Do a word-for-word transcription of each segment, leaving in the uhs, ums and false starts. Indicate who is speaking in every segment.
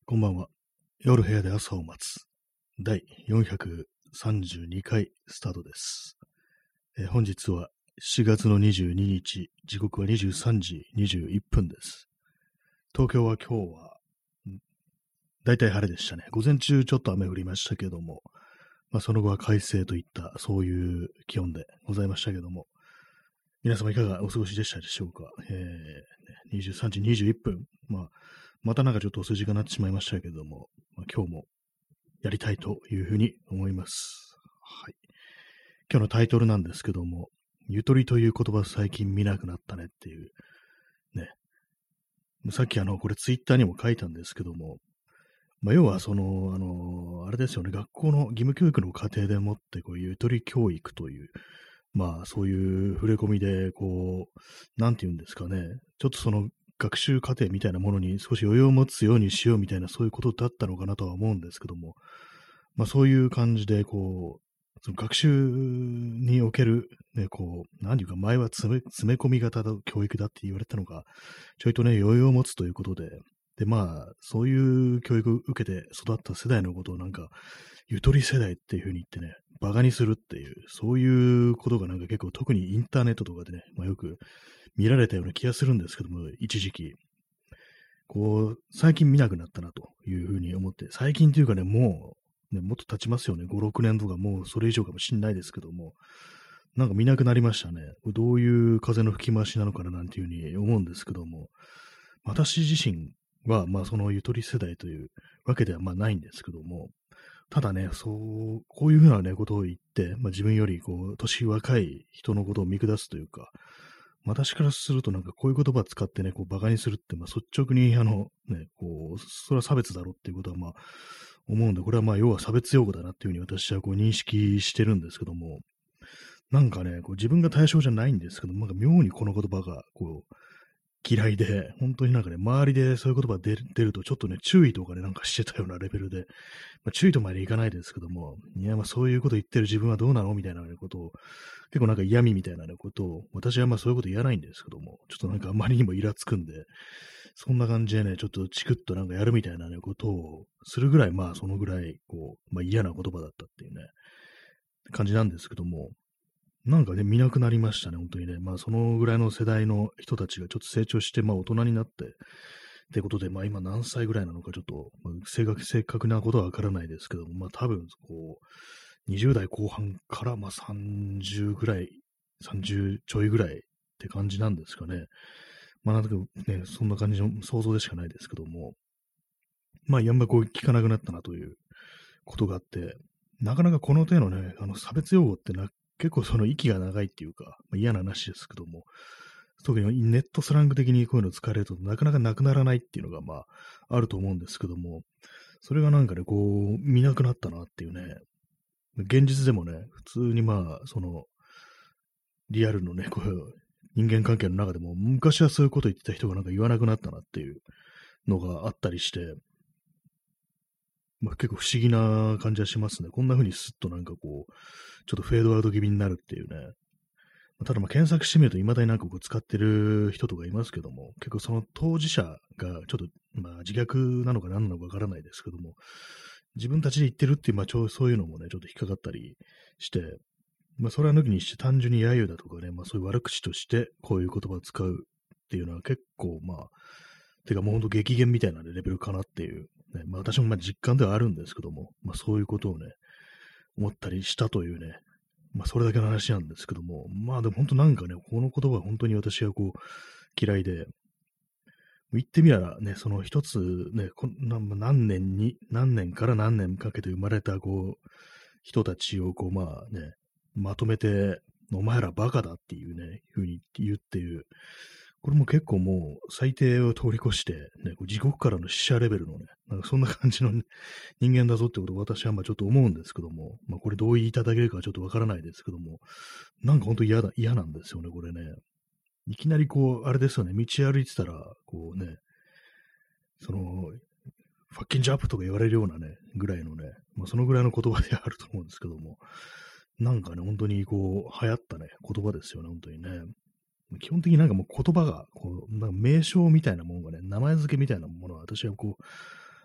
Speaker 1: こんばんは。夜部屋で朝を待つ。だいよんひゃくさんじゅうにかいスタートです。えー本日はしがつのにじゅうににち、時刻はにじゅうさんじにじゅういっぷんです。東京は今日は、んだいたい晴れでしたね。午前中ちょっと雨降りましたけども、まあ、その後は快晴といったそういう気温でございましたけども、皆様いかがお過ごしでしたでしょうか。えーねにじゅうさんじにじゅういっぷん、まあ、またなんかちょっと遅い時間になってしまいましたけども、まあ、今日もやりたいというふうに思います。はい。今日のタイトルなんですけども、ゆとりという言葉最近見なくなったねっていう、ね。さっきあの、これツイッターにも書いたんですけども、まあ、要はその、あの、あれですよね、学校の義務教育の過程でもって、こういうゆとり教育という、まあそういう触れ込みで、こう、なんて言うんですかね、ちょっとその学習過程みたいなものに少し余裕を持つようにしようみたいなそういうことだったのかなとは思うんですけども、まあそういう感じで、こう、その学習における、ね、こう、何ていうか、前は詰め詰め込み型の教育だって言われたのが、ちょいとね、余裕を持つということで、で、まあ、そういう教育を受けて育った世代のことをなんか、ゆとり世代っていう風に言ってね、バカにするっていう、そういうことがなんか結構特にインターネットとかでね、まあ、よく見られたような気がするんですけども、一時期。こう、最近見なくなったなというふうに思って、最近というかね、もう、ね、もっと経ちますよね。ご、ろくねんとかもうそれ以上かもしんないですけども、なんか見なくなりましたね。これどういう風の吹き回しなのかななんていうふうに思うんですけども、私自身は、まあそのゆとり世代というわけではまあないんですけども、ただね、そう、こういうふうなね、ことを言って、まあ自分よりこう、年若い人のことを見下すというか、私からするとなんかこういう言葉を使ってね、こう馬鹿にするって、まあ率直にあのね、こう、それは差別だろうっていうことはまあ思うんで、これはまあ要は差別用語だなっていうふうに私はこう認識してるんですけども、なんかね、こう自分が対象じゃないんですけども、なんか妙にこの言葉がこう嫌いで、本当になんかね、周りでそういう言葉出る出るとちょっとね、注意とかね、なんかしてたようなレベルで、まあ、注意とまでいかないですけども、いや、まあそういうこと言ってる自分はどうなのみたいな、ね、ことを、結構なんか嫌味みたいな、ね、ことを、私はまあそういうこと言わないんですけども、ちょっとなんかあまりにもイラつくんで、そんな感じでね、ちょっとチクッとなんかやるみたいなね、ことをするぐらい、まあそのぐらい、こう、まあ嫌な言葉だったっていうね、感じなんですけども、なんかね、見なくなりましたね、本当にね。まあそのぐらいの世代の人たちがちょっと成長して、まあ大人になって、ってことで、まあ今何歳ぐらいなのかちょっと、まあ、正確、正確なことはわからないですけども、まあ多分、こう、にじゅう代後半からまあさんじゅうぐらい、さんじゅうちょいぐらいって感じなんですかね。まあなんとかね、そんな感じの想像でしかないですけども、まああんまこう聞かなくなったなということがあって、なかなかこの手のね、あの差別用語ってな、結構その息が長いっていうか、まあ、嫌な話ですけども、特にネットスラング的にこういうの使われるとなかなかなくならないっていうのがまああると思うんですけども、それがなんかね、こう見なくなったなっていうね、現実でもね、普通にまあ、そのリアルのね、こう人間関係の中でも昔はそういうこと言ってた人がなんか言わなくなったなっていうのがあったりして、まあ、結構不思議な感じはしますね。こんな風にスッとなんかこう、ちょっとフェードアウト気味になるっていうね。ただまあ検索してみると未だになんかこう使ってる人とかいますけども、結構その当事者がちょっとまあ自虐なのか何なのかわからないですけども、自分たちで言ってるっていう、まあちょそういうのもね、ちょっと引っかかったりして、まあそれは抜きにして単純に揶揄だとかね、まあそういう悪口としてこういう言葉を使うっていうのは結構まあ、てかもうほんと激減みたいな、ね、レベルかなっていう、ね、まあ私もまあ実感ではあるんですけども、まあそういうことをね、思ったりしたというね、まあ、それだけの話なんですけども、まあでも本当なんかね、この言葉は本当に私はこう嫌いで、言ってみたらね、その一つね、こんな何年に、何年から何年かけて生まれたこう人たちをこうまあね、まとめて、お前らバカだっていうね、ふうに言うっていう、これも結構もう最低を通り越して、ね、こう地獄からの死者レベルのね、なんかそんな感じの、ね、人間だぞってことを私はまあちょっと思うんですけども、まあこれどう言いいただけるかはちょっとわからないですけども、なんか本当嫌だ、嫌なんですよね、これね。いきなりこう、あれですよね、道歩いてたら、こうね、その、ファッキンジャップとか言われるようなね、ぐらいのね、まあそのぐらいの言葉であると思うんですけども、なんかね、本当にこう、流行ったね、言葉ですよね、本当にね。基本的になんかもう言葉が、こう、なんか名称みたいなものがね、名前付けみたいなものは私はこう、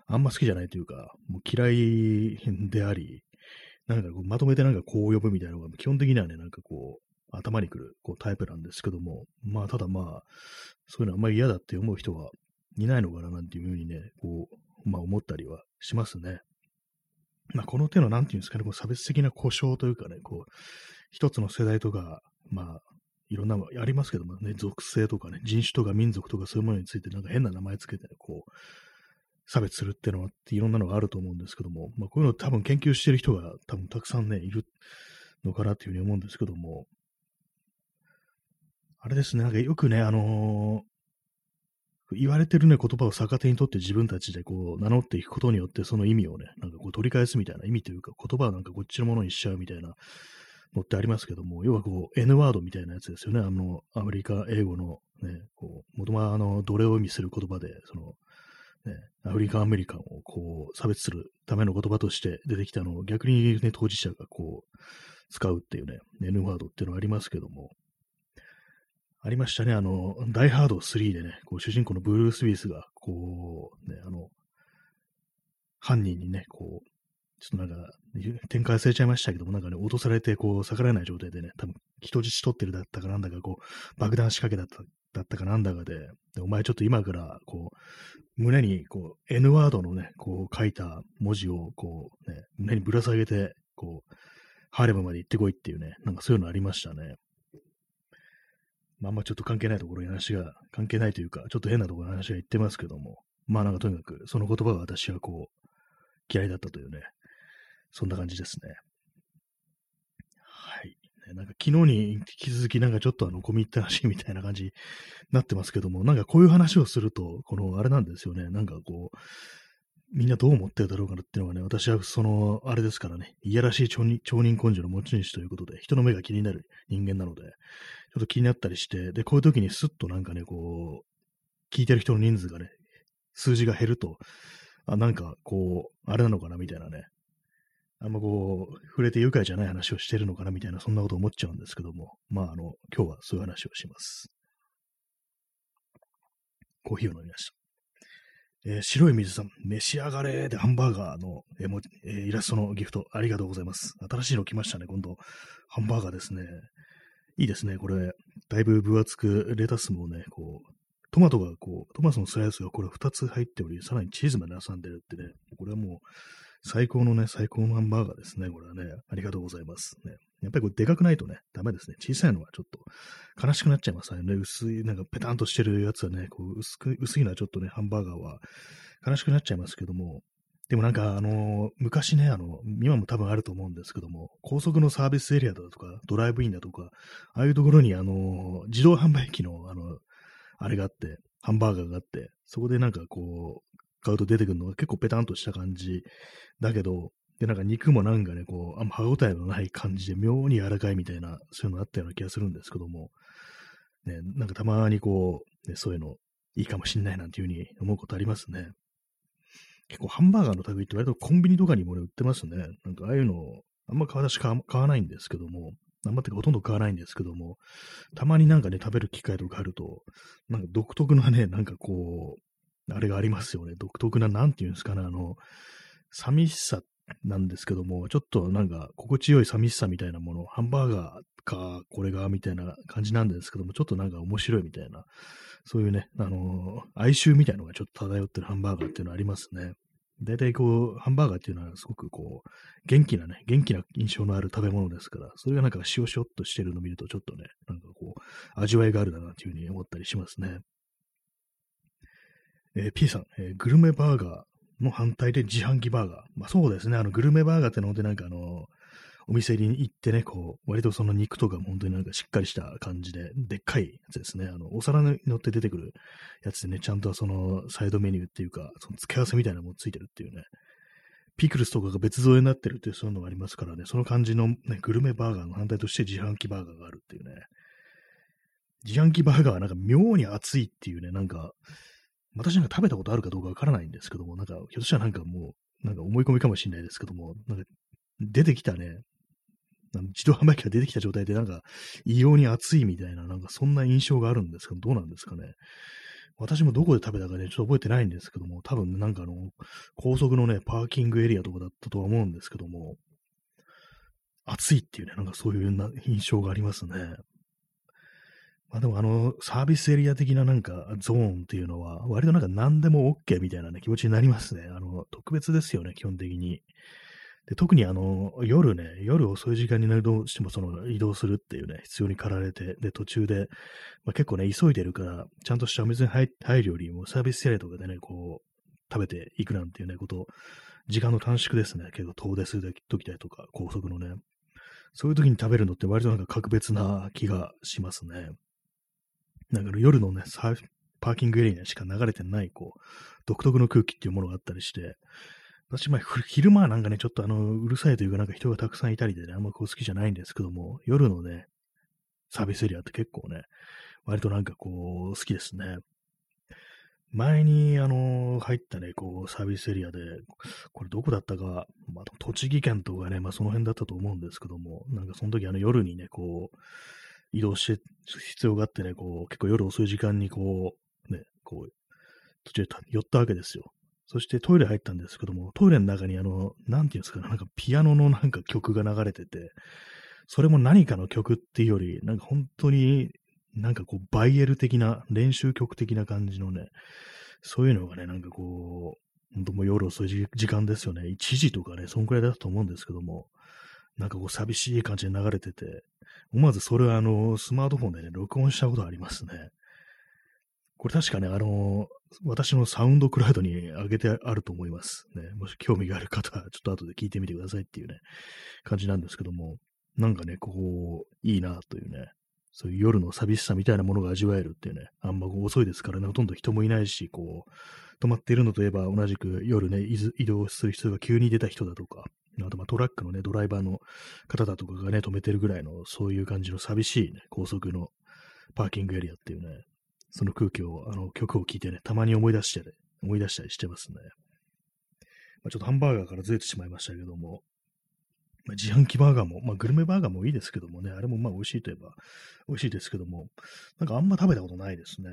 Speaker 1: あんま好きじゃないというか、もう嫌いであり、なんかこうまとめてなんかこう呼ぶみたいなのが、基本的にはね、なんかこう、頭にくるこうタイプなんですけども、まあ、ただまあ、そういうのあんまり嫌だって思う人はいないのかななんていうふうにね、こう、まあ思ったりはしますね。まあ、この手の、なんていうんですかね、こう差別的な故障というかね、こう、一つの世代とか、まあ、いろんなのありますけどもね、属性とかね、人種とか民族とかそういうものについてなんか変な名前つけてね、こう、差別するっていうのは、いろんなのがあると思うんですけども、まあ、こういうの多分研究してる人が多分たくさんね、いるのかなっていうふうに思うんですけども、あれですね、なんかよくね、あのー言われてるね、言葉を逆手にとって自分たちでこう名乗っていくことによってその意味をね、なんかこう取り返すみたいな意味というか言葉をなんかこっちのものにしちゃうみたいなのってありますけども、要はこう N ワードみたいなやつですよね。あの、アメリカ英語のね、こう、もともとあの、奴隷を意味する言葉で、その、ね、アフリカンアメリカンをこう差別するための言葉として出てきたのを逆にね、当事者がこう使うっていうね、N ワードっていうのがありますけども、ありましたね。あの、ダイハードスリーでね、こう主人公のブルース・ウィスが、こう、ね、あの、犯人にね、こう、ちょっとなんか、展開されちゃいましたけども、なんかね、脅されて、こう、逆らえない状態でね、多分、人質取ってるだったかなんだか、こう、爆弾仕掛けだった、だったかなんだかで、でお前ちょっと今から、こう、胸に、こう、N ワードのね、こう、書いた文字を、こう、ね、胸にぶら下げて、こう、ハーレムまで行ってこいっていうね、なんかそういうのありましたね。まあ、あんまちょっと関係ないところに話が、関係ないというか、ちょっと変なところの話が言ってますけども、まあなんかとにかく、その言葉が私はこう、嫌いだったというね、そんな感じですね。はい。ねなんか昨日に引き続きなんかちょっとあの、込み入った話みたいな感じになってますけども、なんかこういう話をすると、このあれなんですよね、なんかこう、みんなどう思ってるだろうかなっていうのがね、私はその、あれですからね、いやらしい町人町人根性の持ち主ということで、人の目が気になる人間なので、ちょっと気になったりして、で、こういう時にスッとなんかね、こう、聞いてる人の人数がね、数字が減ると、あ、なんかこう、あれなのかなみたいなね、あんまこう、触れて愉快じゃない話をしてるのかなみたいな、そんなこと思っちゃうんですけども、まあ、あの、今日はそういう話をします。コーヒーを飲みました。えー白い水さん、召し上がれでハンバーガーの絵文字、えーイラストのギフト、ありがとうございます。新しいの来ましたね、今度。ハンバーガーですね。いいですね、これ。だいぶ分厚く、レタスもね、こう、トマトがこう、トマトのスライスがこれふたつ入っており、さらにチーズまで挟んでるってね、これはもう、最高のね、最高のハンバーガーですね、これはね。ありがとうございます。ね、やっぱりこれでかくないとね、ダメですね。小さいのはちょっと悲しくなっちゃいますよね。薄い、なんかペタンとしてるやつはね、こう薄く、薄いのはちょっとね、ハンバーガーは悲しくなっちゃいますけども、でもなんか、あのー昔ね、あの、今も多分あると思うんですけども、高速のサービスエリアだとか、ドライブインだとか、ああいうところに、あのー自動販売機の、あの、あれがあって、ハンバーガーがあって、そこでなんかこう、買うと出てくるのが結構ペタンとした感じだけど、で、なんか肉もなんかね、こう、あんま歯応えのない感じで妙に柔らかいみたいな、そういうのあったような気がするんですけども、ね、なんかたまにこう、ね、そういうのいいかもしんないなんていうふうに思うことありますね。結構ハンバーガーの類って割とコンビニとかにもね、売ってますね。なんかああいうの、あんま私買わ買わないんですけども、あんまってかほとんど買わないんですけども、たまになんかね、食べる機会とかあると、なんか独特なね、なんかこう、あれがありますよね。独特な、なんていうんですかね、あの、寂しさなんですけども、ちょっとなんか心地よい寂しさみたいなもの、ハンバーガーか、これが、みたいな感じなんですけども、ちょっとなんか面白いみたいな、そういうね、あのー哀愁みたいなのがちょっと漂ってるハンバーガーっていうのはありますね。大体こう、ハンバーガーっていうのはすごくこう、元気なね、元気な印象のある食べ物ですから、それがなんか塩塩っとしてるのを見るとちょっとね、なんかこう、味わいがあるなというふうに思ったりしますね。えー P さん、えーグルメバーガーの反対で自販機バーガー。まあそうですね、あの、グルメバーガーってのは本当になんかあの、お店に行ってね、こう、割とその肉とかも本当になんかしっかりした感じで、でっかいやつですね。あの、お皿に乗って出てくるやつでね、ちゃんとそのサイドメニューっていうか、その付け合わせみたいなのもついてるっていうね、ピクルスとかが別添えになってるっていうそういうのがありますからね、その感じのね、グルメバーガーの反対として自販機バーガーがあるっていうね、自販機バーガーはなんか妙に熱いっていうね、なんか、私なんか食べたことあるかどうかわからないんですけども、なんか、ひょっとしたらなんかもう、なんか思い込みかもしれないですけども、なんか、出てきたね、あの自動販売機が出てきた状態で、なんか、異様に熱いみたいな、なんかそんな印象があるんですけど、どうなんですかね。 私もどこで食べたかね、ちょっと覚えてないんですけども、多分なんかあの、高速のね、パーキングエリアとかだったとは思うんですけども、暑いっていうね、なんかそういうな印象がありますね。まあでもあの、サービスエリア的ななんかゾーンっていうのは、割となんか何でも OK みたいなね、気持ちになりますね。あの、特別ですよね、基本的に。で、特にあの、夜ね、夜遅い時間になるとしてもその移動するっていうね、必要に駆られて、で、途中で、まあ、結構ね、急いでるから、ちゃんとしたお店に入入るよりもサービスエリアとかでね、こう、食べていくなんていうね、こと、時間の短縮ですね。結構遠出する時だとか、高速のね、そういう時に食べるのって割となんか格別な気がしますね。なんか夜のね、サーパーキングエリアにしか流れてない、こう、独特の空気っていうものがあったりして、私、まあ、ふ昼間はなんかね、ちょっとあの、うるさいというか、なんか人がたくさんいたりでね、あんまこう好きじゃないんですけども、夜のね、サービスエリアって結構ね、割となんかこう、好きですね。前に、あの、入ったね、こう、サービスエリアで、これどこだったか、まあ、栃木県とかね、まあ、その辺だったと思うんですけども、なんかその時あの夜にね、こう、移動して、必要があってね、こう、結構夜遅い時間にこう、ね、こう、途中で寄ったわけですよ。そしてトイレ入ったんですけども、トイレの中にあの、なんていうんですかね、なんかピアノのなんか曲が流れてて、それも何かの曲っていうより、なんか本当に、なんかこう、バイエル的な、練習曲的な感じのね、そういうのがね、なんかこう、本当もう夜遅い時時間ですよね。いちじとかね、そんくらいだったと思うんですけども、なんかこう寂しい感じで流れてて、思わずそれはあの、スマートフォンでね、録音したことありますね。これ確かね、あの、私のサウンドクラウドに上げてあると思います。ね、もし興味がある方は、ちょっと後で聞いてみてくださいっていうね、感じなんですけども、なんかね、こう、いいなというね、そういう夜の寂しさみたいなものが味わえるっていうね、あんまこう遅いですからね、ほとんど人もいないし、こう、止まっているのといえば同じく夜ね、移移動する人が急に出た人だとか、あとまあトラックのね、ドライバーの方だとかがね、止めてるぐらいの、そういう感じの寂しいね、高速のパーキングエリアっていうね、その空気を、あの、曲を聴いてね、たまに思い出してね、思い出したりしてますね。まあ、ちょっとハンバーガーからずれてしまいましたけども、まあ、自販機バーガーも、まあ、グルメバーガーもいいですけどもね、あれもまあ美味しいといえば美味しいですけども、なんかあんま食べたことないですね。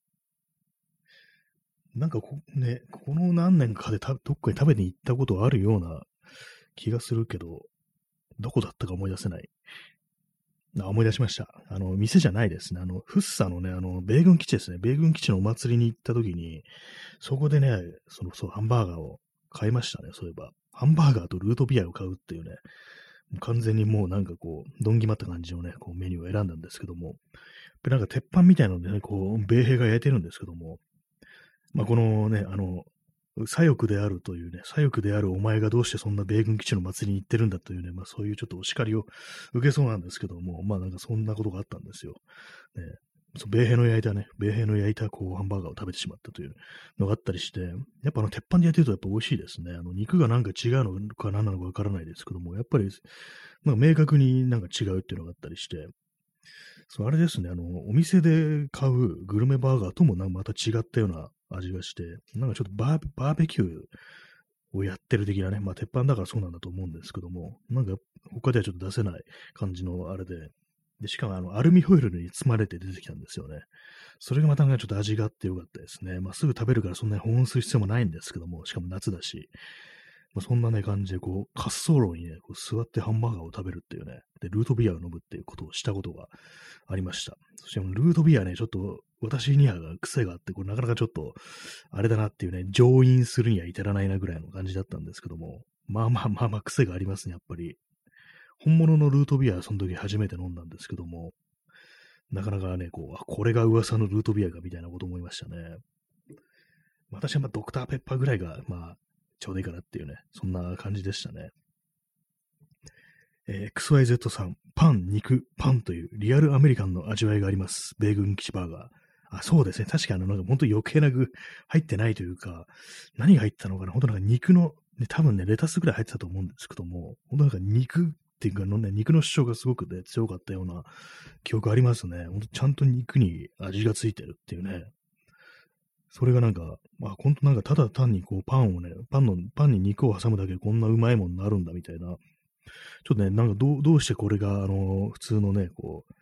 Speaker 1: なんかこ、ね、この何年かでたどっかに食べに行ったことあるような気がするけど、どこだったか思い出せない。あ、思い出しました。あの、店じゃないですね。あの、フッサのね、あの、米軍基地ですね。米軍基地のお祭りに行った時に、そこでね、その、そう、ハンバーガーを買いましたね。そういえば。ハンバーガーとルートビアを買うっていうね、もう完全にもうなんかこう、どんぎまった感じのね、こうメニューを選んだんですけども、でなんか鉄板みたいなのでね、こう、米兵が焼いてるんですけども、まあ、このね、あの、左翼であるというね、左翼であるお前がどうしてそんな米軍基地の祭りに行ってるんだというね、まあそういうちょっとお叱りを受けそうなんですけども、まあなんかそんなことがあったんですよ。ね、そ米兵の焼いたね、米兵の焼いたこうハンバーガーを食べてしまったというのがあったりして、やっぱあの鉄板で焼いてるとやっぱ美味しいですね。あの肉がなんか違うのか何なのかわからないですけども、やっぱりなんか明確になんか違うっていうのがあったりして、そう、あれですね、あの、お店で買うグルメバーガーともなんかまた違ったような味がして、なんかちょっとバーバーベキューをやってる的なね、まあ鉄板だからそうなんだと思うんですけども、なんか他ではちょっと出せない感じのあれで、で、しかもあの、アルミホイルに包まれて出てきたんですよね。それがまたね、ちょっと味があってよかったですね。まあすぐ食べるからそんなに保温する必要もないんですけども、しかも夏だし、まあ、そんなね、感じで、こう、滑走路にね、こう座ってハンバーガーを食べるっていうね、で、ルートビアを飲むっていうことをしたことがありました。そして、ルートビアね、ちょっと、私には癖があって、これなかなかちょっと、あれだなっていうね、上飲するには至らないなぐらいの感じだったんですけども、まあまあまあまあ、癖がありますね、やっぱり。本物のルートビアはその時初めて飲んだんですけども、なかなかね、こう、あ、これが噂のルートビアかみたいなこと思いましたね。私はまあドクターペッパーぐらいが、まあ、ちょうどいいかなっていうね、そんな感じでしたね。えー、エックスワイゼット さん、パン、肉、パンというリアルアメリカンの味わいがあります。米軍基地バーガー。あ、そうですね。確かにあの、なんか本当余計な具入ってないというか、何が入ってたのかな本当なんか肉の、ね、多分ね、レタスぐらい入ってたと思うんですけども、本当なんか肉っていうかのね、肉の主張がすごくね、強かったような記憶ありますね。本当ちゃんと肉に味がついてるっていうね。それがなんか、まあ、ほんとなんかただ単にこうパンをね、パンの、パンに肉を挟むだけでこんなうまいもんになるんだみたいな。ちょっとね、なんかどう、どうしてこれが、あの、普通のね、こう、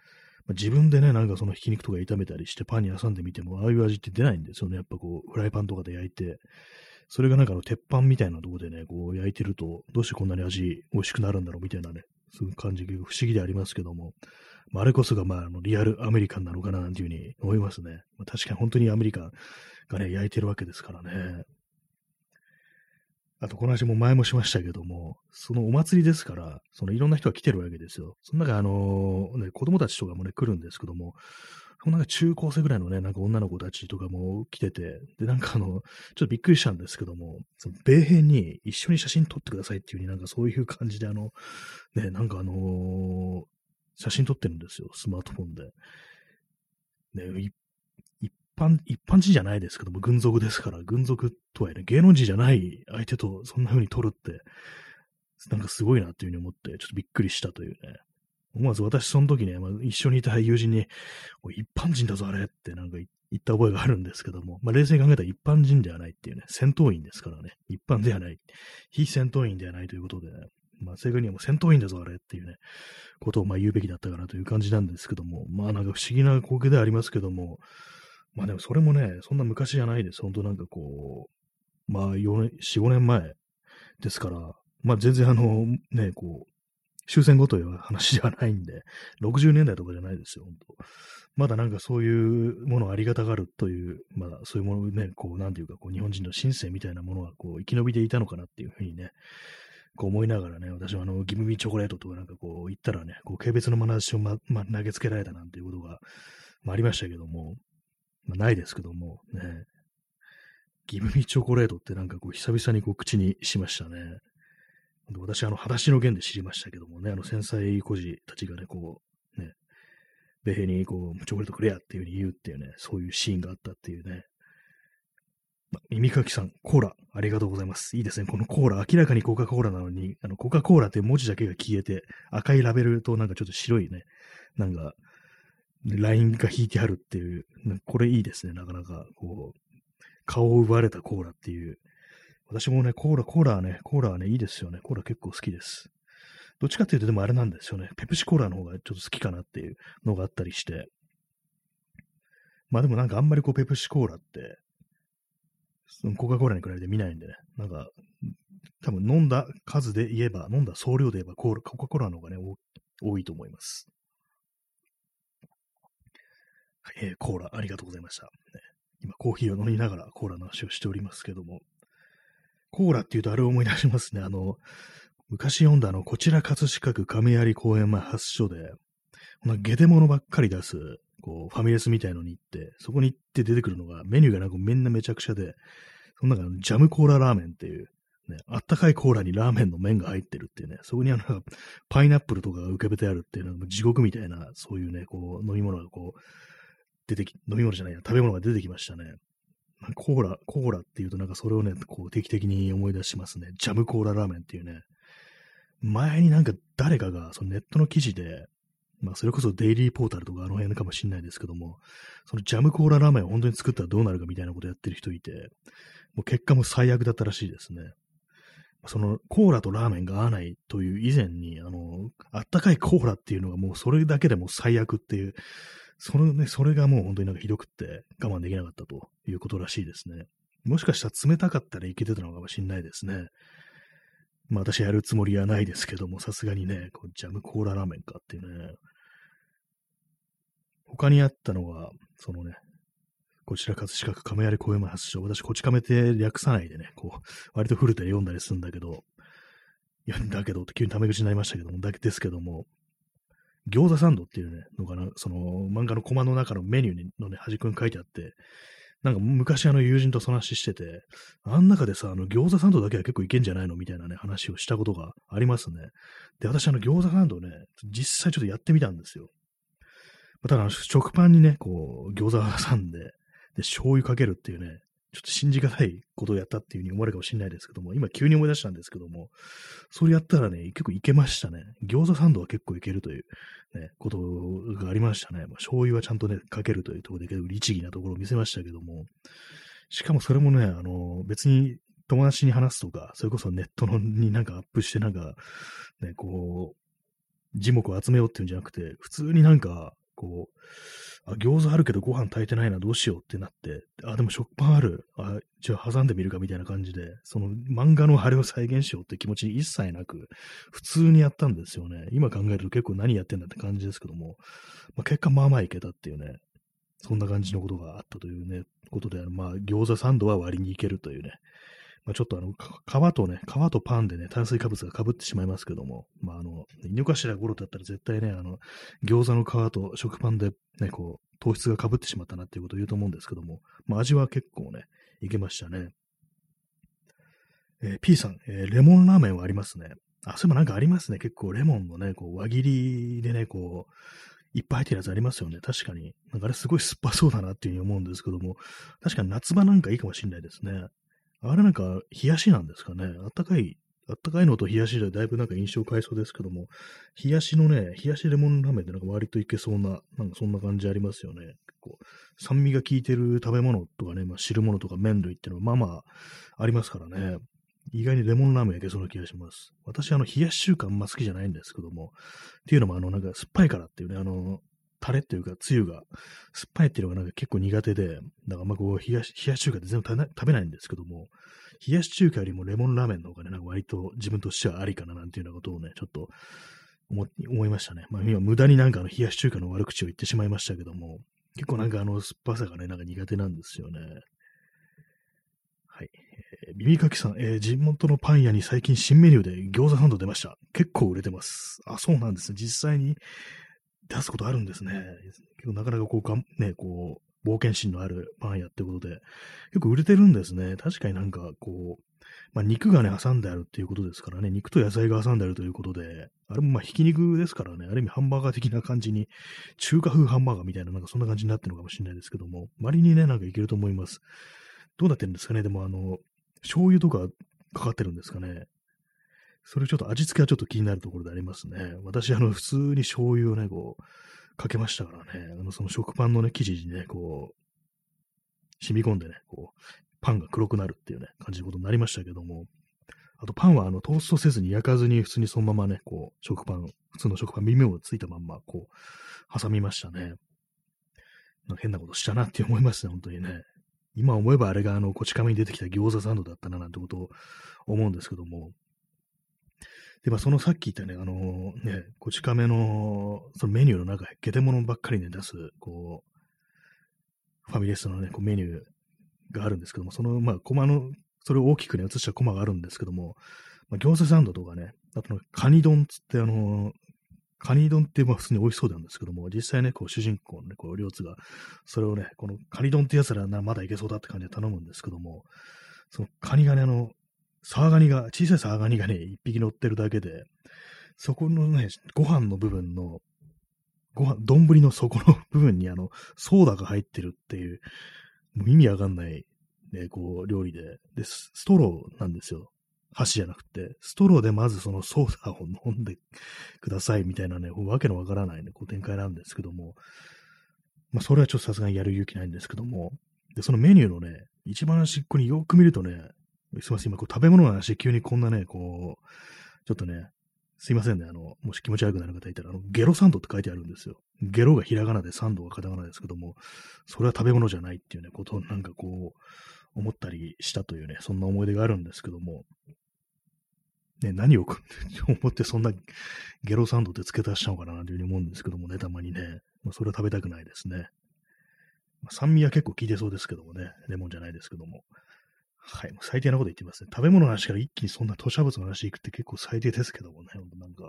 Speaker 1: まあ、自分でね、なんかそのひき肉とか炒めたりしてパンに挟んでみても、ああいう味って出ないんですよね。やっぱこう、フライパンとかで焼いて。それがなんかあの鉄板みたいなところでね、こう焼いてると、どうしてこんなに味美味しくなるんだろうみたいなね、そういう感じが不思議でありますけども、まあ、あれこそがまあ、あのリアルアメリカンなのかななんていうふうに思いますね。まあ、確かに本当にアメリカンがね、焼いてるわけですからね。あと、この話も前もしましたけども、そのお祭りですから、そのいろんな人が来てるわけですよ。その中、あのね、子供たちとかもね、来るんですけども、そのなんか中高生ぐらいのね、なんか女の子たちとかも来てて、で、なんかあの、ちょっとびっくりしたんですけども、その米兵に一緒に写真撮ってくださいっていう風になんかそういう感じであの、ね、なんかあのー写真撮ってるんですよ、スマートフォンで。ね、い一般、一般人じゃないですけども、軍属ですから、軍属とはいえね、芸能人じゃない相手とそんな風に撮るって、なんかすごいなっていう風に思って、ちょっとびっくりしたというね。思わず私その時ね、まあ、一緒にいた友人に、おい一般人だぞあれってなんか言った覚えがあるんですけども、まあ、冷静に考えたら一般人ではないっていうね、戦闘員ですからね、一般ではない、非戦闘員ではないということでね、まあ、正確にはもう戦闘員だぞあれっていうね、ことをまあ言うべきだったかなという感じなんですけども、まあなんか不思議な光景ではありますけども、まあでもそれもね、そんな昔じゃないです。本当なんかこう、まあよねん、よん、ごねんまえですから、まあ全然あの、ね、こう、終戦後という話ではないんで、ろくじゅうねんだいとかじゃないですよ、本当。まだなんかそういうものをありがたがるという、まだそういうものをね、こう、なんていうか、こう、日本人の心性みたいなものが、こう、生き延びていたのかなっていうふうにね、こう思いながらね、私はあの、ギブミチョコレートとかなんかこう言ったらね、こう、軽蔑の眼差しをま、ま、投げつけられたなんていうことが、まあ、ありましたけども、まあ、ないですけども、ね、ギブミチョコレートってなんかこう、久々にこう、口にしましたね。私、あの、裸足の弦で知りましたけどもね、あの、繊細孤児たちがね、こう、ね、米兵にこう、チョコレートくれやっていう風に言うっていうね、そういうシーンがあったっていうね。ま、耳かきさん、コーラ、ありがとうございます。いいですね。このコーラ、明らかにコカ・コーラなのに、あの、コカ・コーラって文字だけが消えて、赤いラベルとなんかちょっと白いね、なんか、ラインが引いてあるっていう、これいいですね。なかなか、こう、顔を奪われたコーラっていう。私もね、コーラ、コーラはね、コーラはね、いいですよね。コーラ結構好きです。どっちかっていうと、でもあれなんですよね。ペプシコーラの方がちょっと好きかなっていうのがあったりして。まあでもなんかあんまりこうペプシコーラって、コカ・コーラに比べて見ないんでね。なんか、多分飲んだ数で言えば、飲んだ総量で言えばコーラ、コカ・コーラの方がね、多いと思います。はい、えー、コーラ、ありがとうございました。ね、今、コーヒーを飲みながらコーラの話をしておりますけども、コーラっていうとあれを思い出しますね。あの、昔読んだあの、こちら葛飾区亀有公園前発祥で、このゲテモノばっかり出す、こう、ファミレスみたいのに行って、そこに行って出てくるのが、メニューがなんかみんなめちゃくちゃで、その中のジャムコーララーメンっていう、ね、あったかいコーラにラーメンの麺が入ってるっていうね、そこにあの、パイナップルとかが浮かべてあるっていうのが地獄みたいな、そういうね、こう、飲み物がこう、出てき、飲み物じゃないや、食べ物が出てきましたね。コーラ、コーラっていうとなんかそれをね、こう定期的に思い出しますね。ジャムコーララーメンっていうね。前になんか誰かがそのネットの記事で、まあそれこそデイリーポータルとかあの辺かもしれないですけども、そのジャムコーララーメンを本当に作ったらどうなるかみたいなことやってる人いて、もう結果も最悪だったらしいですね。そのコーラとラーメンが合わないという以前に、あの、あったかいコーラっていうのがもうそれだけでも最悪っていう、そのね、それがもう本当になんかひどくって我慢できなかったということらしいですね。もしかしたら冷たかったらいけてたのかもしれないですね。まあ私やるつもりはないですけども、さすがにね、こうジャムコーララーメンかっていうね。他にあったのは、そのね、こちら葛飾区亀有公園前発祥。私、こち亀って略さないでね、こう、割とフルで読んだりするんだけど、いや、だけどって急にタメ口になりましたけども、だけですけども、餃子サンドっていうね、のかな、その漫画のコマの中のメニューのね、端っこに書いてあって、なんか昔あの友人とその話してて、あん中でさ、あの餃子サンドだけは結構いけんじゃないのみたいなね、話をしたことがありますね。で、私あの餃子サンドね、実際ちょっとやってみたんですよ。ただ、食パンにね、こう、餃子を挟んで、で、醤油かけるっていうね、ちょっと信じがたいことをやったっていう風に思われるかもしれないですけども、今急に思い出したんですけども、それやったらね、結構いけましたね。餃子サンドは結構いけるという、ね、ことがありましたね。まあ、醤油はちゃんとね、かけるというところで結構律儀なところを見せましたけども、しかもそれもね、あの、別に友達に話すとか、それこそネットのになんかアップしてなんか、ね、こう、字幕を集めようっていうんじゃなくて、普通になんか、 こう、あ、餃子あるけどご飯炊いてないな、どうしようってなって、あ、でも食パンある。あ、じゃあ挟んでみるかみたいな感じで、その漫画のあれを再現しようって気持ち一切なく、普通にやったんですよね。今考えると結構何やってんだって感じですけども、まあ、結果まあまあいけたっていうね、そんな感じのことがあったというね、ことで、まあ餃子サンドは割にいけるというね、まあ、ちょっとあの、皮とね、皮とパンでね、炭水化物が被ってしまいますけども、まああの、井の頭頃だったら絶対ね、あの、餃子の皮と食パンでね、こう、糖質が被ってしまったなっていうことを言うと思うんですけども、まあ味は結構ね、いけましたね。えー、P さん、えーレモンラーメンはありますね。あ、そういえばなんかありますね。結構レモンのね、こう、輪切りでね、こう、いっぱい入ってるやつありますよね。確かに。なんかあれすごい酸っぱそうだなっていうふうに思うんですけども、確かに夏場なんかいいかもしれないですね。あれなんか冷やしなんですかね。あったかい、あったかいのと冷やしでだいぶなんか印象変えそうですけども、冷やしのね、冷やしレモンラーメンってなんか割といけそうな、なんかそんな感じありますよね。結構酸味が効いてる食べ物とかね、まあ、汁物とか麺類っていうのはまあまあありますからね。意外にレモンラーメンいけそうな気がします。私、あの、冷やし中華あんま好きじゃないんですけども、っていうのも、あの、なんか酸っぱいからっていうね、あの、タレっていうか、つゆが、酸っぱいっていうのがなんか結構苦手で、だからあんまこう、冷やし、冷やし中華って全部食べないんですけども、冷やし中華よりもレモンラーメンの方がね、なんか割と自分としてはありかななんていうようなことをね、ちょっと思思いましたね。まあ、今無駄になんかあの冷やし中華の悪口を言ってしまいましたけども、結構なんかあの酸っぱさがね、なんか苦手なんですよね。はい。えー耳かきさん、えー地元のパン屋に最近新メニューで餃子サンド出ました。結構売れてます。あ、そうなんですね。実際に出すことあるんですね。結構なかなかこうがん、ね、こう、冒険心のあるパン屋ってことで、結構売れてるんですね。確かになんかこう、まあ、肉がね、挟んであるっていうことですからね、肉と野菜が挟んであるということで、あれもまあ、ひき肉ですからね、ある意味ハンバーガー的な感じに、中華風ハンバーガーみたいな、なんかそんな感じになってるのかもしれないですけども、割にね、なんかいけると思います。どうなってるんですかね、でもあの、醤油とかかかってるんですかね。それちょっと味付けはちょっと気になるところでありますね。私、あの、普通に醤油をね、こう、かけましたからね、あの、その食パンのね、生地にね、こう、染み込んでね、こう、パンが黒くなるっていうね、感じのことになりましたけども、あとパンはあのトーストせずに焼かずに普通にそのままね、こう、食パン、普通の食パン、耳をついたまんま、こう、挟みましたね。なんか変なことしたなって思いますね、本当にね。今思えばあれがあの、こち亀に出てきた餃子サンドだったななんてことを思うんですけども。で、まあ、そのさっき言ったね、あのね、こち亀の、そのメニューの中、ゲテモノばっかりね、出す、こう、ファミレスのね、こうメニューがあるんですけども、その、まあ、コマの、それを大きくね、映したコマがあるんですけども、まあ、餃子サンドとかね、あと、カニ丼つって、あのカニ丼ってまあ普通に美味しそうなんですけども、実際ね、こう主人公のね、こう、両津が、それをね、このカニ丼ってやつらならまだいけそうだって感じで頼むんですけども、そのカニがね、あの、サワガニが、小さいサワガニがね、一匹乗ってるだけで、そこのね、ご飯の部分の、ご飯、丼の底の部分にあの、ソーダが入ってるっていう、もう意味わかんない、ね、こう、料理で、で、スストローなんですよ。箸じゃなくて、ストローでまずそのソーダを飲んでくださいみたいなね、わけのわからないね、こう展開なんですけども、まあ、それはちょっとさすがにやる勇気ないんですけども、で、そのメニューのね、一番端っこによく見るとね、すいません、今こう食べ物の話、急にこんなね、こう、ちょっとね、すいませんね、あの、もし気持ち悪くなる方いたら、あの、ゲロサンドって書いてあるんですよ。ゲロがひらがなでサンドがカタカナですけども、それは食べ物じゃないっていうね、ことをなんかこう、思ったりしたというね、そんな思い出があるんですけども、ね、何を思ってそんなゲロサンドって付け足したのかななんていうふうに思うんですけどもね、たまにね。まあ、それは食べたくないですね。まあ、酸味は結構効いてそうですけどもね、レモンじゃないですけども。はい、もう最低なこと言ってますね。食べ物の話から一気にそんな吐砂物の話行くって結構最低ですけどもね、ほんとなんか。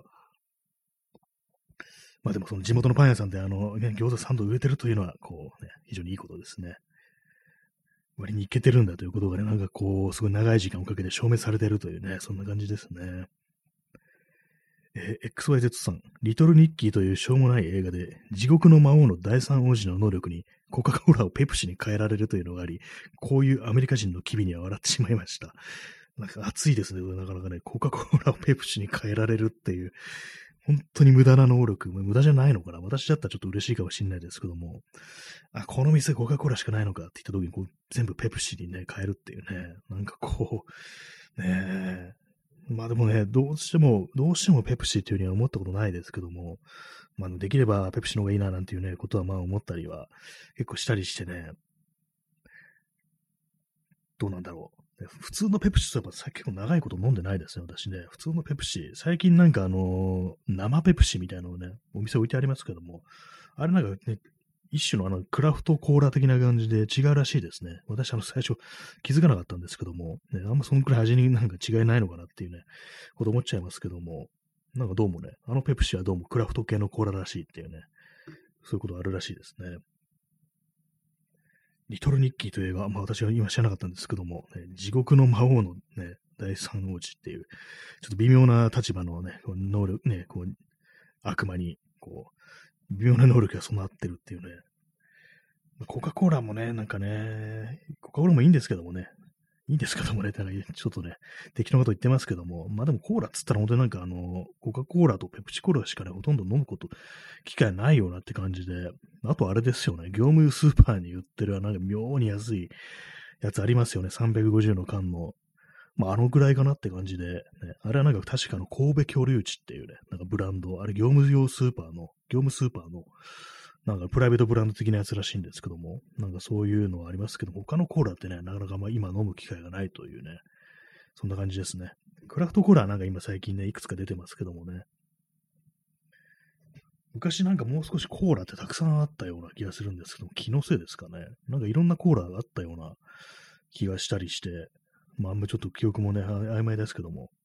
Speaker 1: まあでもその地元のパン屋さんであの、ね、餃子サンド売れてるというのは、こうね、非常にいいことですね。割にいけてるんだということがね、なんかこう、すごい長い時間をかけて証明されてるというね、そんな感じですね。えー、エックスワイゼット さん、リトルニッキーというしょうもない映画で、地獄の魔王の第三王子の能力にコカ・コーラをペプシに変えられるというのがあり、こういうアメリカ人の機微には笑ってしまいました。なんか熱いですね、なかなかね、コカ・コーラをペプシに変えられるっていう、本当に無駄な能力、無駄じゃないのかな。私だったらちょっと嬉しいかもしれないですけども、あ、この店コカ・コーラしかないのかって言った時にこう全部ペプシにね、変えるっていうね、なんかこう、ねえ、 まあでもね、どうしても、どうしてもペプシっていうには思ったことないですけども、まあできればペプシの方がいいななんていうね、ことはまあ思ったりは結構したりしてね、どうなんだろう。普通のペプシとやっぱ結構長いこと飲んでないですね、私ね。普通のペプシ、最近なんかあのー生ペプシみたいなのをね、お店置いてありますけども、あれなんかね、一種のあの、クラフトコーラ的な感じで違うらしいですね。私あの、最初気づかなかったんですけども、ね、あんまそんくらい味になんか違いないのかなっていうね、こと思っちゃいますけども、なんかどうもね、あのペプシはどうもクラフト系のコーラらしいっていうね、そういうことあるらしいですね。リトルニッキーという映画、まあ私は今知らなかったんですけども、ね、地獄の魔王のね、第三王子っていう、ちょっと微妙な立場のね、こう能力、ね、こう、悪魔に、こう、微妙な能力が備わってるっていうね。コカ・コーラもね、なんかね、コカ・コーラもいいんですけどもね、いいんですけどもね、なんかちょっとね、適当なこと言ってますけども、まあでもコーラっつったら本当になんかあの、コカ・コーラとペプシコーラしかね、ほとんど飲むこと、機会ないようなって感じで、あとあれですよね、業務スーパーに売ってるなんか妙に安いやつありますよね、さんびゃくごじゅうの缶の。まああのぐらいかなって感じで、ね、あれはなんか確かの神戸居留地っていうね、なんかブランド、あれ業務用スーパーの、業務スーパーのなんかプライベートブランド的なやつらしいんですけども、なんかそういうのはありますけども、他のコーラってね、なかなかまあ今飲む機会がないというね、そんな感じですね。クラフトコーラはなんか今最近ね、いくつか出てますけどもね、昔なんかもう少しコーラってたくさんあったような気がするんですけども、気のせいですかね。なんかいろんなコーラがあったような気がしたりして、まああんまちょっと記憶もね、あ曖昧ですけども、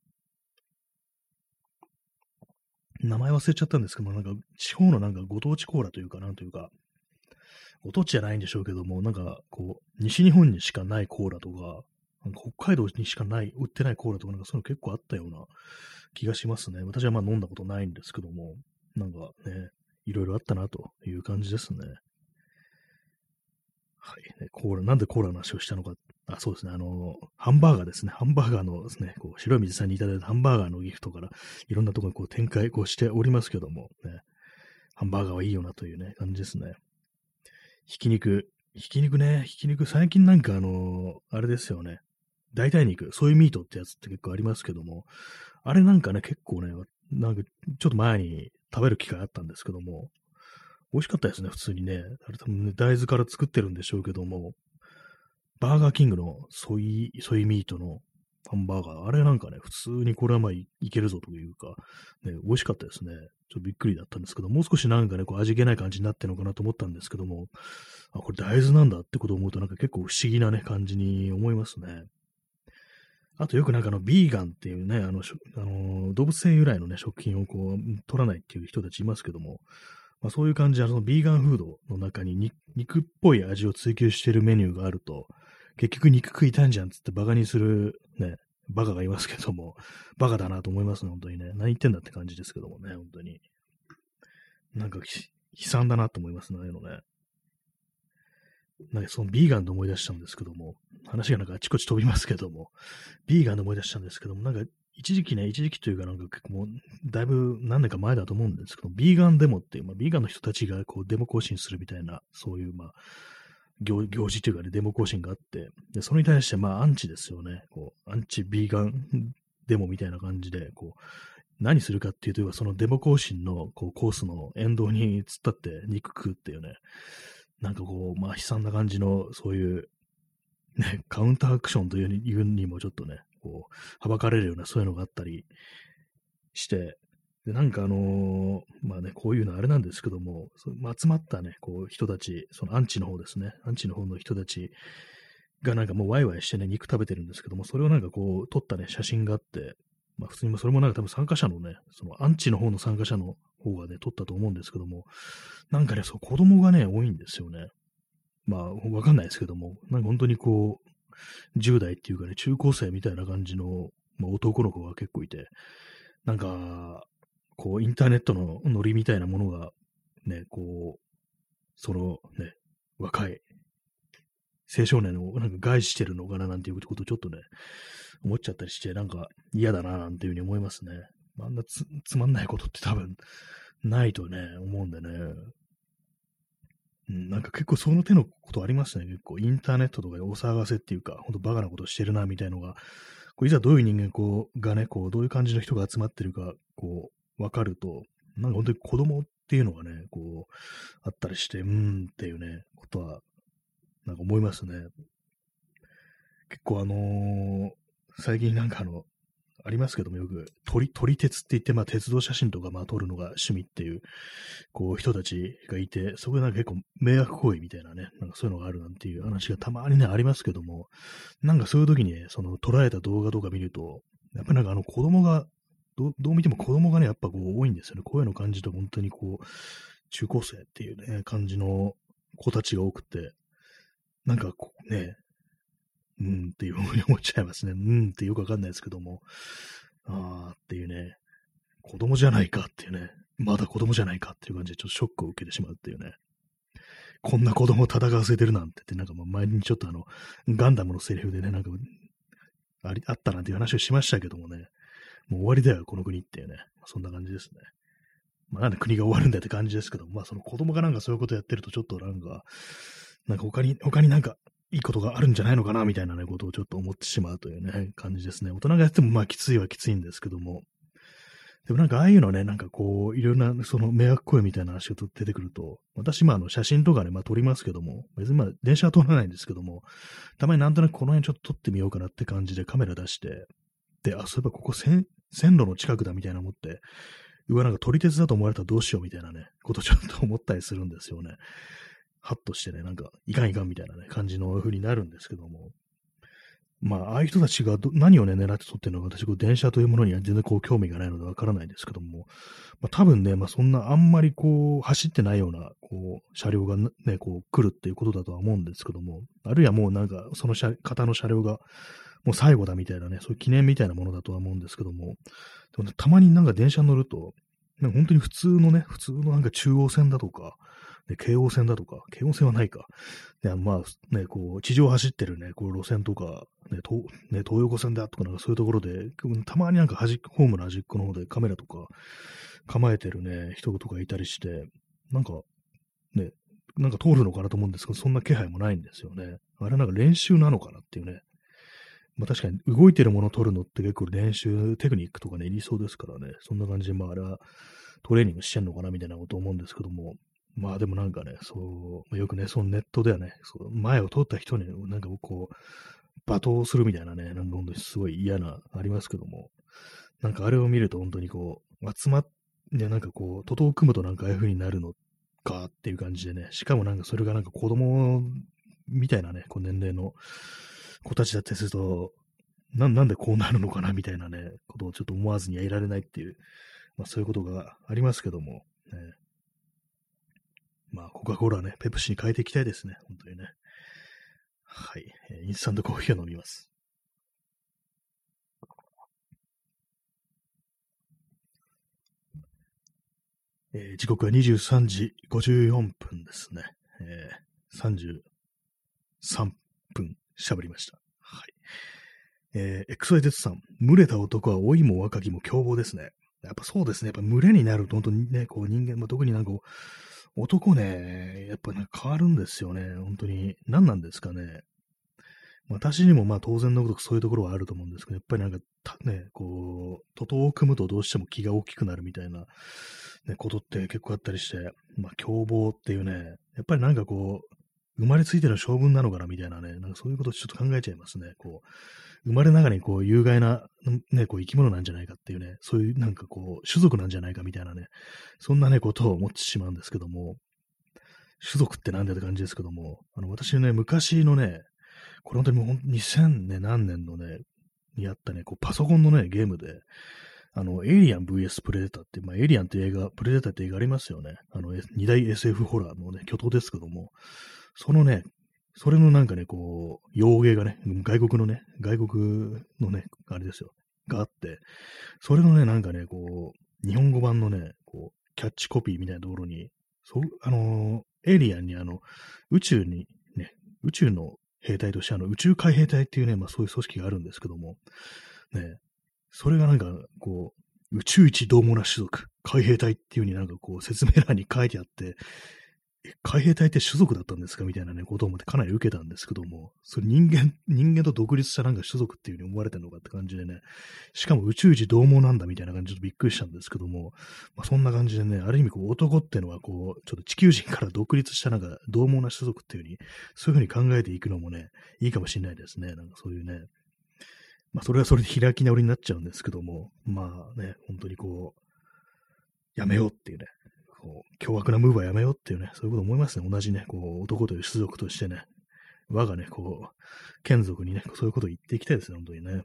Speaker 1: 名前忘れちゃったんですけども、なんか地方のなんかご当地コーラというか、なんというか、ご当地じゃないんでしょうけども、なんか、こう、西日本にしかないコーラとか、なんか北海道にしかない、売ってないコーラとか、なんかそういうの結構あったような気がしますね。私はまあ飲んだことないんですけども、なんかね、いろいろあったなという感じですね。はい。ね、コーラ、なんでコーラの話をしたのか。あ、そうですね。あの、ハンバーガーですね。ハンバーガーのですね、こう、白い水さんにいただいたハンバーガーのギフトから、いろんなところにこう展開こうしておりますけども、ね、ハンバーガーはいいよなというね、感じですね。ひき肉。ひき肉ね。ひき肉、最近なんかあのーあれですよね。代替肉、ソイミートってやつって結構ありますけども、あれなんかね、結構ね、なんかちょっと前に食べる機会あったんですけども、美味しかったですね、普通にね。あれ多分ね、大豆から作ってるんでしょうけども、バーガーキングのソイ、ソイミートのハンバーガー、あれなんかね、普通にこれはまあい、いけるぞというか、ね、美味しかったですね。ちょっとびっくりだったんですけど、もう少しなんかね、こう味気ない感じになってるのかなと思ったんですけども、あ、これ大豆なんだってことを思うとなんか結構不思議なね、感じに思いますね。あとよくなんかあの、ビーガンっていうね、あの、しょあの動物性由来のね、食品をこう、取らないっていう人たちいますけども、まあ、そういう感じで、そのビーガンフードの中にに肉っぽい味を追求しているメニューがあると、結局肉食いたんじゃんっつってバカにするね、バカがいますけども、バカだなと思いますね、本当にね。何言ってんだって感じですけどもね、本当に。なんか悲惨だなと思いますね、ああいうのね。なんかそのビーガンで思い出したんですけども、話がなんかあちこち飛びますけども、ビーガンで思い出したんですけども、なんか一時期ね、一時期というかなんか結構もう、だいぶ何年か前だと思うんですけど、ビーガンデモっていう、まあ、ビーガンの人たちがこうデモ行進するみたいな、そういうまあ、行行事というかね、デモ行進があって、で、それに対してまあ、アンチですよね。こう、アンチビーガンデモみたいな感じで、こう、何するかっていうと、そのデモ行進のこうコースの沿道に突っ立って肉食うっていうね、なんかこう、まあ悲惨な感じの、そういう、ね、カウンターアクションというにいうにもちょっとね、こう、はばかれるようなそういうのがあったりして、で、なんかあのーまあね、こういうのあれなんですけども、そまあ集まったね、こう人たち、そのアンチの方ですね、アンチの方の人たちがなんかもうワイワイしてね、肉食べてるんですけども、それをなんかこう、撮ったね、写真があって、まあ普通に、それもなんか多分参加者のね、そのアンチの方の参加者の方がね、撮ったと思うんですけども、なんかね、そう、子供がね、多いんですよね。まあ、わかんないですけども、なんか本当にこう、じゅう代っていうかね、中高生みたいな感じの、まあ、男の子が結構いて、なんか、こう、インターネットのノリみたいなものが、ね、こう、そのね、若い青少年をなんか害してるのかななんていうことをちょっとね、思っちゃったりして、なんか嫌だななんていうふうに思いますね。あんなつつまんないことって多分ないとね、思うんでね。うん、なんか結構その手のことありますね。結構インターネットとかでお騒がせっていうか、ほんとバカなことしてるなみたいのが、 こういざどういう人間こうがね、こう、どういう感じの人が集まってるか、こう、わかると、なんか本当に子供っていうのがね、こう、あったりして、うーんっていうね、ことは、なんか思いますね。結構あのー最近なんかあの、ありますけども、よく、撮り、撮り鉄って言って、まあ、鉄道写真とか、まあ、撮るのが趣味っていう、こう、人たちがいて、そこでなんか結構迷惑行為みたいなね、なんかそういうのがあるなんていう話がたまにね、ありますけども、なんかそういう時にね、その捉えた動画とか見ると、やっぱりなんかあの子供が、どうどう見ても子供がね、やっぱこう多いんですよね。こういうの感じと本当にこう、中高生っていうね、感じの子たちが多くて、なんかこうね、うんっていうふうに思っちゃいますね。うんってよくわかんないですけども、あーっていうね、子供じゃないかっていうね、まだ子供じゃないかっていう感じでちょっとショックを受けてしまうっていうね、こんな子供を戦わせてるなんてって、なんかもう前にちょっとあの、ガンダムのセリフでね、なんかありあったなんていう話をしましたけどもね、もう終わりだよ、この国っていうね、そんな感じですね。まあなんで国が終わるんだよって感じですけども、まあその子供がなんかそういうことやってるとちょっとなんか、なんか他に、他になんかいいことがあるんじゃないのかなみたいなね、ことをちょっと思ってしまうというね、感じですね。大人がやってもまあきついはきついんですけども、でもなんかああいうのね、なんかこう、いろんなその迷惑行為みたいな話が出てくると、私まああの写真とかね、まあ撮りますけども、別にまあ電車は撮らないんですけども、たまになんとなくこの辺ちょっと撮ってみようかなって感じでカメラ出して、で、あ、そういえばここ線、線路の近くだみたいな思って、うわ、なんか撮り鉄だと思われたらどうしようみたいなね、ことちょっと思ったりするんですよね。ハッとしてね、なんか、いかんいかんみたいなね、感じの風になるんですけども。まあ、ああいう人たちがど何をね、狙って撮ってるのか、私、こう電車というものには全然こう興味がないのでわからないですけども、まあ、多分ね、まあ、そんなあんまりこう、走ってないような、こう、車両がね、こう、来るっていうことだとは思うんですけども、あるいはもうなんか、その車型の車両が、もう最後だみたいなね、そういう記念みたいなものだとは思うんですけども、でもね、たまになんか電車に乗ると、なんか本当に普通のね、普通のなんか中央線だとか、で京王線だとか、京王線はないか。でまあね、こう、地上走ってるね、こう路線とか、ね、東ね東横線だとか、なんかそういうところで、たまになんか端っホームの端っこの方でカメラとか構えてるね、人とかいたりして、なんかね、なんか通るのかなと思うんですけど、そんな気配もないんですよね。あれなんか練習なのかなっていうね。まあ確かに動いてるものを撮るのって結構練習、テクニックとかね、いりそうですからね、そんな感じで、まああれはトレーニングしてんのかなみたいなこと思うんですけども、まあでもなんかね、そう、よくね、そのネットではね、そう前を通った人になんかこう、罵倒するみたいなね、なんか本当にすごい嫌な、ありますけども、なんかあれを見ると本当にこう、集まっ、ね、なんかこう、徒党を組むとなんかああいう風になるのかっていう感じでね、しかもなんかそれがなんか子供みたいなね、こう年齢の子たちだったりすると、ななんでこうなるのかなみたいなね、ことをちょっと思わずにはいられないっていう、まあそういうことがありますけども、ね、まあコカ・コーラはね、ペプシに変えていきたいですね、本当にね。はい、えーインスタントコーヒーを飲みます。えー時刻はにじゅうさんじごじゅうよんぷんですね。えー、さんじゅうさんぷん喋りました。はい。えー、エクソエテツさん、群れた男は老いも若きも凶暴ですね。やっぱそうですね。やっぱ群れになると本当にね、こう人間、まあ、特になんかこう男ね、やっぱね、変わるんですよね。本当に。何なんですかね。私にもまあ当然のことそういうところはあると思うんですけど、やっぱりなんかたね、こう、徒党を組むとどうしても気が大きくなるみたいな、ね、ことって結構あったりして、まあ凶暴っていうね、やっぱりなんかこう、生まれついての性分なのかなみたいなね、なんかそういうことをちょっと考えちゃいますね。こう、生まれながらにこう有害な、ね、こう生き物なんじゃないかっていうね、そういうなんかこう、種族なんじゃないかみたいなね、そんなね、ことを思ってしまうんですけども、種族ってなんだって感じですけども、あの、私ね、昔のね、これ本当にもうほんにせんねん何年のね、にあったね、こうパソコンのね、ゲームで、あの、エイリアン ブイエス プレデターって、まあ、エイリアンって映画、プレデターって映画ありますよね。あの、二大 エスエフ ホラーのね、巨頭ですけども、そのね、それのなんかね、こう、洋芸がね、外国のね、外国のね、あれですよ、があって、それのね、なんかね、こう、日本語版のね、こう、キャッチコピーみたいなところに、そう、あのエイリアンにあの、宇宙にね、宇宙の兵隊としてあの、宇宙海兵隊っていうね、まあそういう組織があるんですけども、ね、それがなんか、こう、宇宙一獰猛な種族、海兵隊っていう風になんかこう説明欄に書いてあって、 え海兵隊って種族だったんですかみたいなね、ことを思ってかなり受けたんですけども、それ人間、人間と独立したなんか種族っていう風に思われてるのかって感じでね、しかも宇宙一同盟なんだみたいな感じでちょっとびっくりしたんですけども、まあ、そんな感じでね、ある意味こう男っていうのはこう、ちょっと地球人から独立したなんか同盟な種族っていう風に、そういう風に考えていくのもね、いいかもしれないですね。なんかそういうね、まあそれはそれで開き直りになっちゃうんですけども、まあね、本当にこう、やめようっていうね、こう凶悪なムーブはやめようっていうね、そういうこと思いますね。同じね、こう、男という種族としてね、我がね、こう、眷属にね、そういうことを言っていきたいですね、本当にね。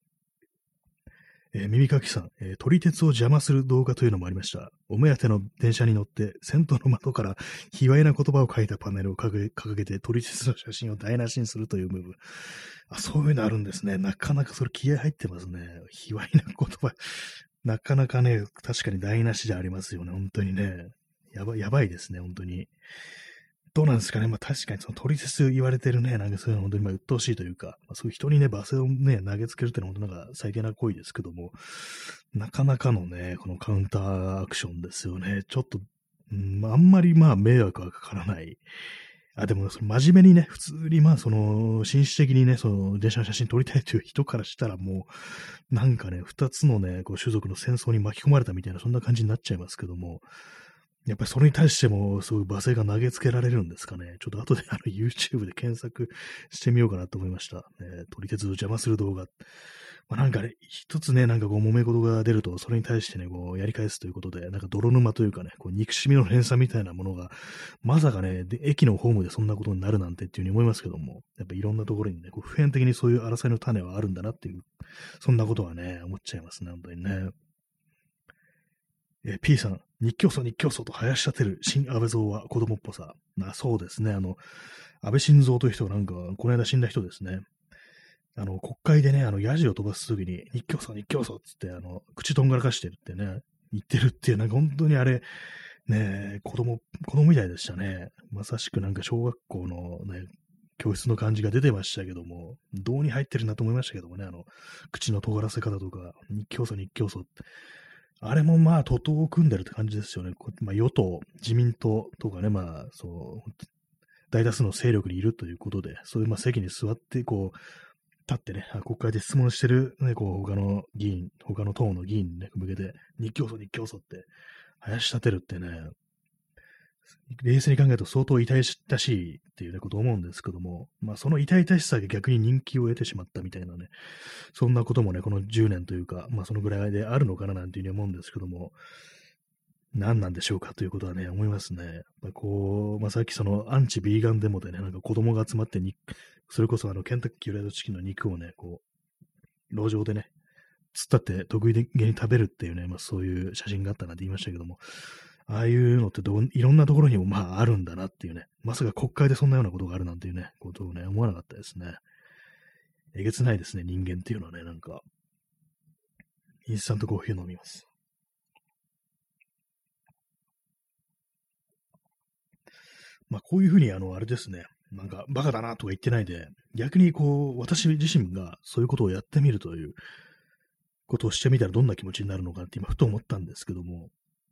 Speaker 1: えー耳かきさん、えー撮り鉄を邪魔する動画というのもありました。お目当ての電車に乗って、先頭の窓から卑猥な言葉を書いたパネルを掲げ掲げて、撮り鉄の写真を台無しにするというムーブ。あ、そういうのあるんですね。なかなかそれ気合入ってますね。卑猥な言葉。なかなかね、確かに台無しじゃありますよね。本当にね。やばい、やばいですね、本当に。どうなんですかね。まあ確かにその取説言われてるね、なんかそういうの本当にまあ鬱陶しいというか、まあ、そういう人にね、罵声をね、投げつけるっていうのは本当なんか最低な行為ですけども、なかなかのね、このカウンターアクションですよね。ちょっと、うん、あんまりまあ迷惑はかからない。あ、でも、その真面目にね、普通にまあ、その、紳士的にね、その、電車の写真撮りたいという人からしたらもう、なんかね、二つのね、こう、種族の戦争に巻き込まれたみたいな、そんな感じになっちゃいますけども、やっぱりそれに対しても、そういう罵声が投げつけられるんですかね。ちょっと後であの YouTube で検索してみようかなと思いました。えー、撮り鉄を邪魔する動画。まあ、なんかね、一つね、なんかこう揉め事が出ると、それに対してね、こうやり返すということで、なんか泥沼というかね、こう憎しみの連鎖みたいなものが、まさかね、で駅のホームでそんなことになるなんてっていうふうに思いますけども、やっぱいろんなところにね、こう普遍的にそういう争いの種はあるんだなっていう、そんなことはね、思っちゃいますね、本当にね。えー P さん、日教祖日教祖と林立てる新安倍像は子供っぽさ。あ、そうですね。あの、安倍晋三という人がなんか、この間死んだ人ですね。あの、国会でね、あの、ヤジを飛ばすときに、日教祖日教祖っつって、あの、口とんがらかしてるってね、言ってるっていう、なんか本当にあれ、ね、子供、子供みたいでしたね。まさしくなんか小学校のね、教室の感じが出てましたけども、どうに入ってるんだと思いましたけどもね、あの、口の尖らせ方とか、日教祖日教祖って、あれもまあ、徒党を組んでるって感じですよね。こまあ、与党、自民党とかね、まあ、そう、大多数の勢力にいるということで、そういうまあ席に座って、こう、立ってね、国会で質問してる、ね、こう、他の議員、他の党の議員に、ね、向けて、日教祖、日教祖って、林立てるってね、冷静に考えると相当痛々しいっていうね、ことを思うんですけども、まあ、その痛々しさが逆に人気を得てしまったみたいなね、そんなこともね、このじゅうねんというか、まあ、そのぐらいであるのかななんていうふうに思うんですけども、何なんでしょうかということはね、思いますね。やっぱこう、まあ、さっきそのアンチビーガンデモでね、なんか子供が集まってに、それこそあのケンタッキーフライドチキンの肉をね、こう、路上でね、突っ立って得意げに食べるっていうね、まあそういう写真があったなんて言いましたけども、ああいうのってどういろんなところにもまああるんだなっていうね、まさか国会でそんなようなことがあるなんていうね、ことをね、思わなかったですね。えげつないですね、人間っていうのはね、なんか。インスタントコーヒー飲みます。まあこういうふうに、あの、あれですね、なんかバカだなとか言ってないで、逆にこう、私自身がそういうことをやってみるということをしてみたらどんな気持ちになるのかって今ふと思ったんですけども、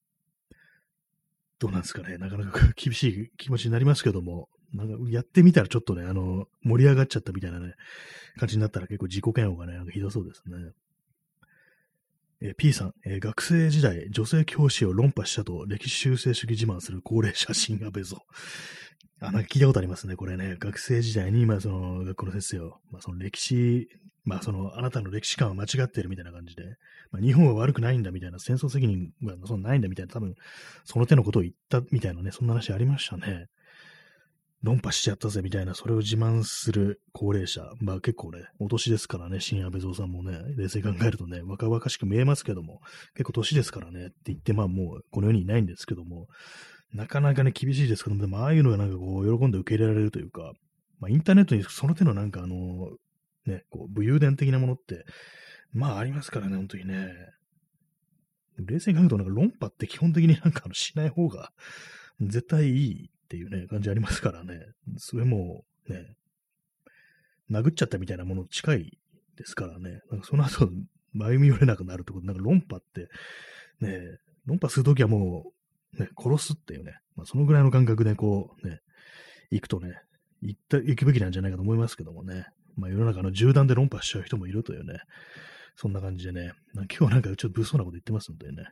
Speaker 1: どうなんですかね。なかなか厳しい気持ちになりますけども、なんかやってみたらちょっとね、あの、盛り上がっちゃったみたいなね、感じになったら結構自己嫌悪がね、なんかひどそうですね。えー P さん、えー学生時代、女性教師を論破したと歴史修正主義自慢する高齢写真安倍像。あ、なんか聞いたことありますね、これね。学生時代に、まあ、その、学校の先生を、まあ、その歴史、まあ、その、あなたの歴史観は間違っているみたいな感じで、まあ、日本は悪くないんだみたいな、戦争責任はそんなないんだみたいな、多分、その手のことを言ったみたいなね、そんな話ありましたね。論破しちゃったぜみたいな、それを自慢する高齢者。まあ結構ね、お年ですからね、新安倍蔵さんもね、冷静に考えるとね、若々しく見えますけども、結構年ですからねって言って、まあもうこの世にいないんですけども、なかなかね、厳しいですけども、でもああいうのがなんかこう、喜んで受け入れられるというか、まあインターネットにその手のなんかあの、ね、こう、武勇伝的なものって、まあありますからね、本当にね。冷静に考えるとなんか論破って基本的になんかあのしない方が絶対いいっていうね、感じありますからね。それもね、殴っちゃったみたいなもの近いですからね。なんかその後、歩み寄れなくなるってこと、なんか論破って、ね、論破するときはもう、 ね、殺すっていうね、まあ、そのぐらいの感覚でこう、ね、行くとね、行った、行くべきなんじゃないかと思いますけどもね。まあ、世の中の銃弾で論破しちゃう人もいるというね、そんな感じでね、なんか今日なんかちょっと物騒なこと言ってますんでね、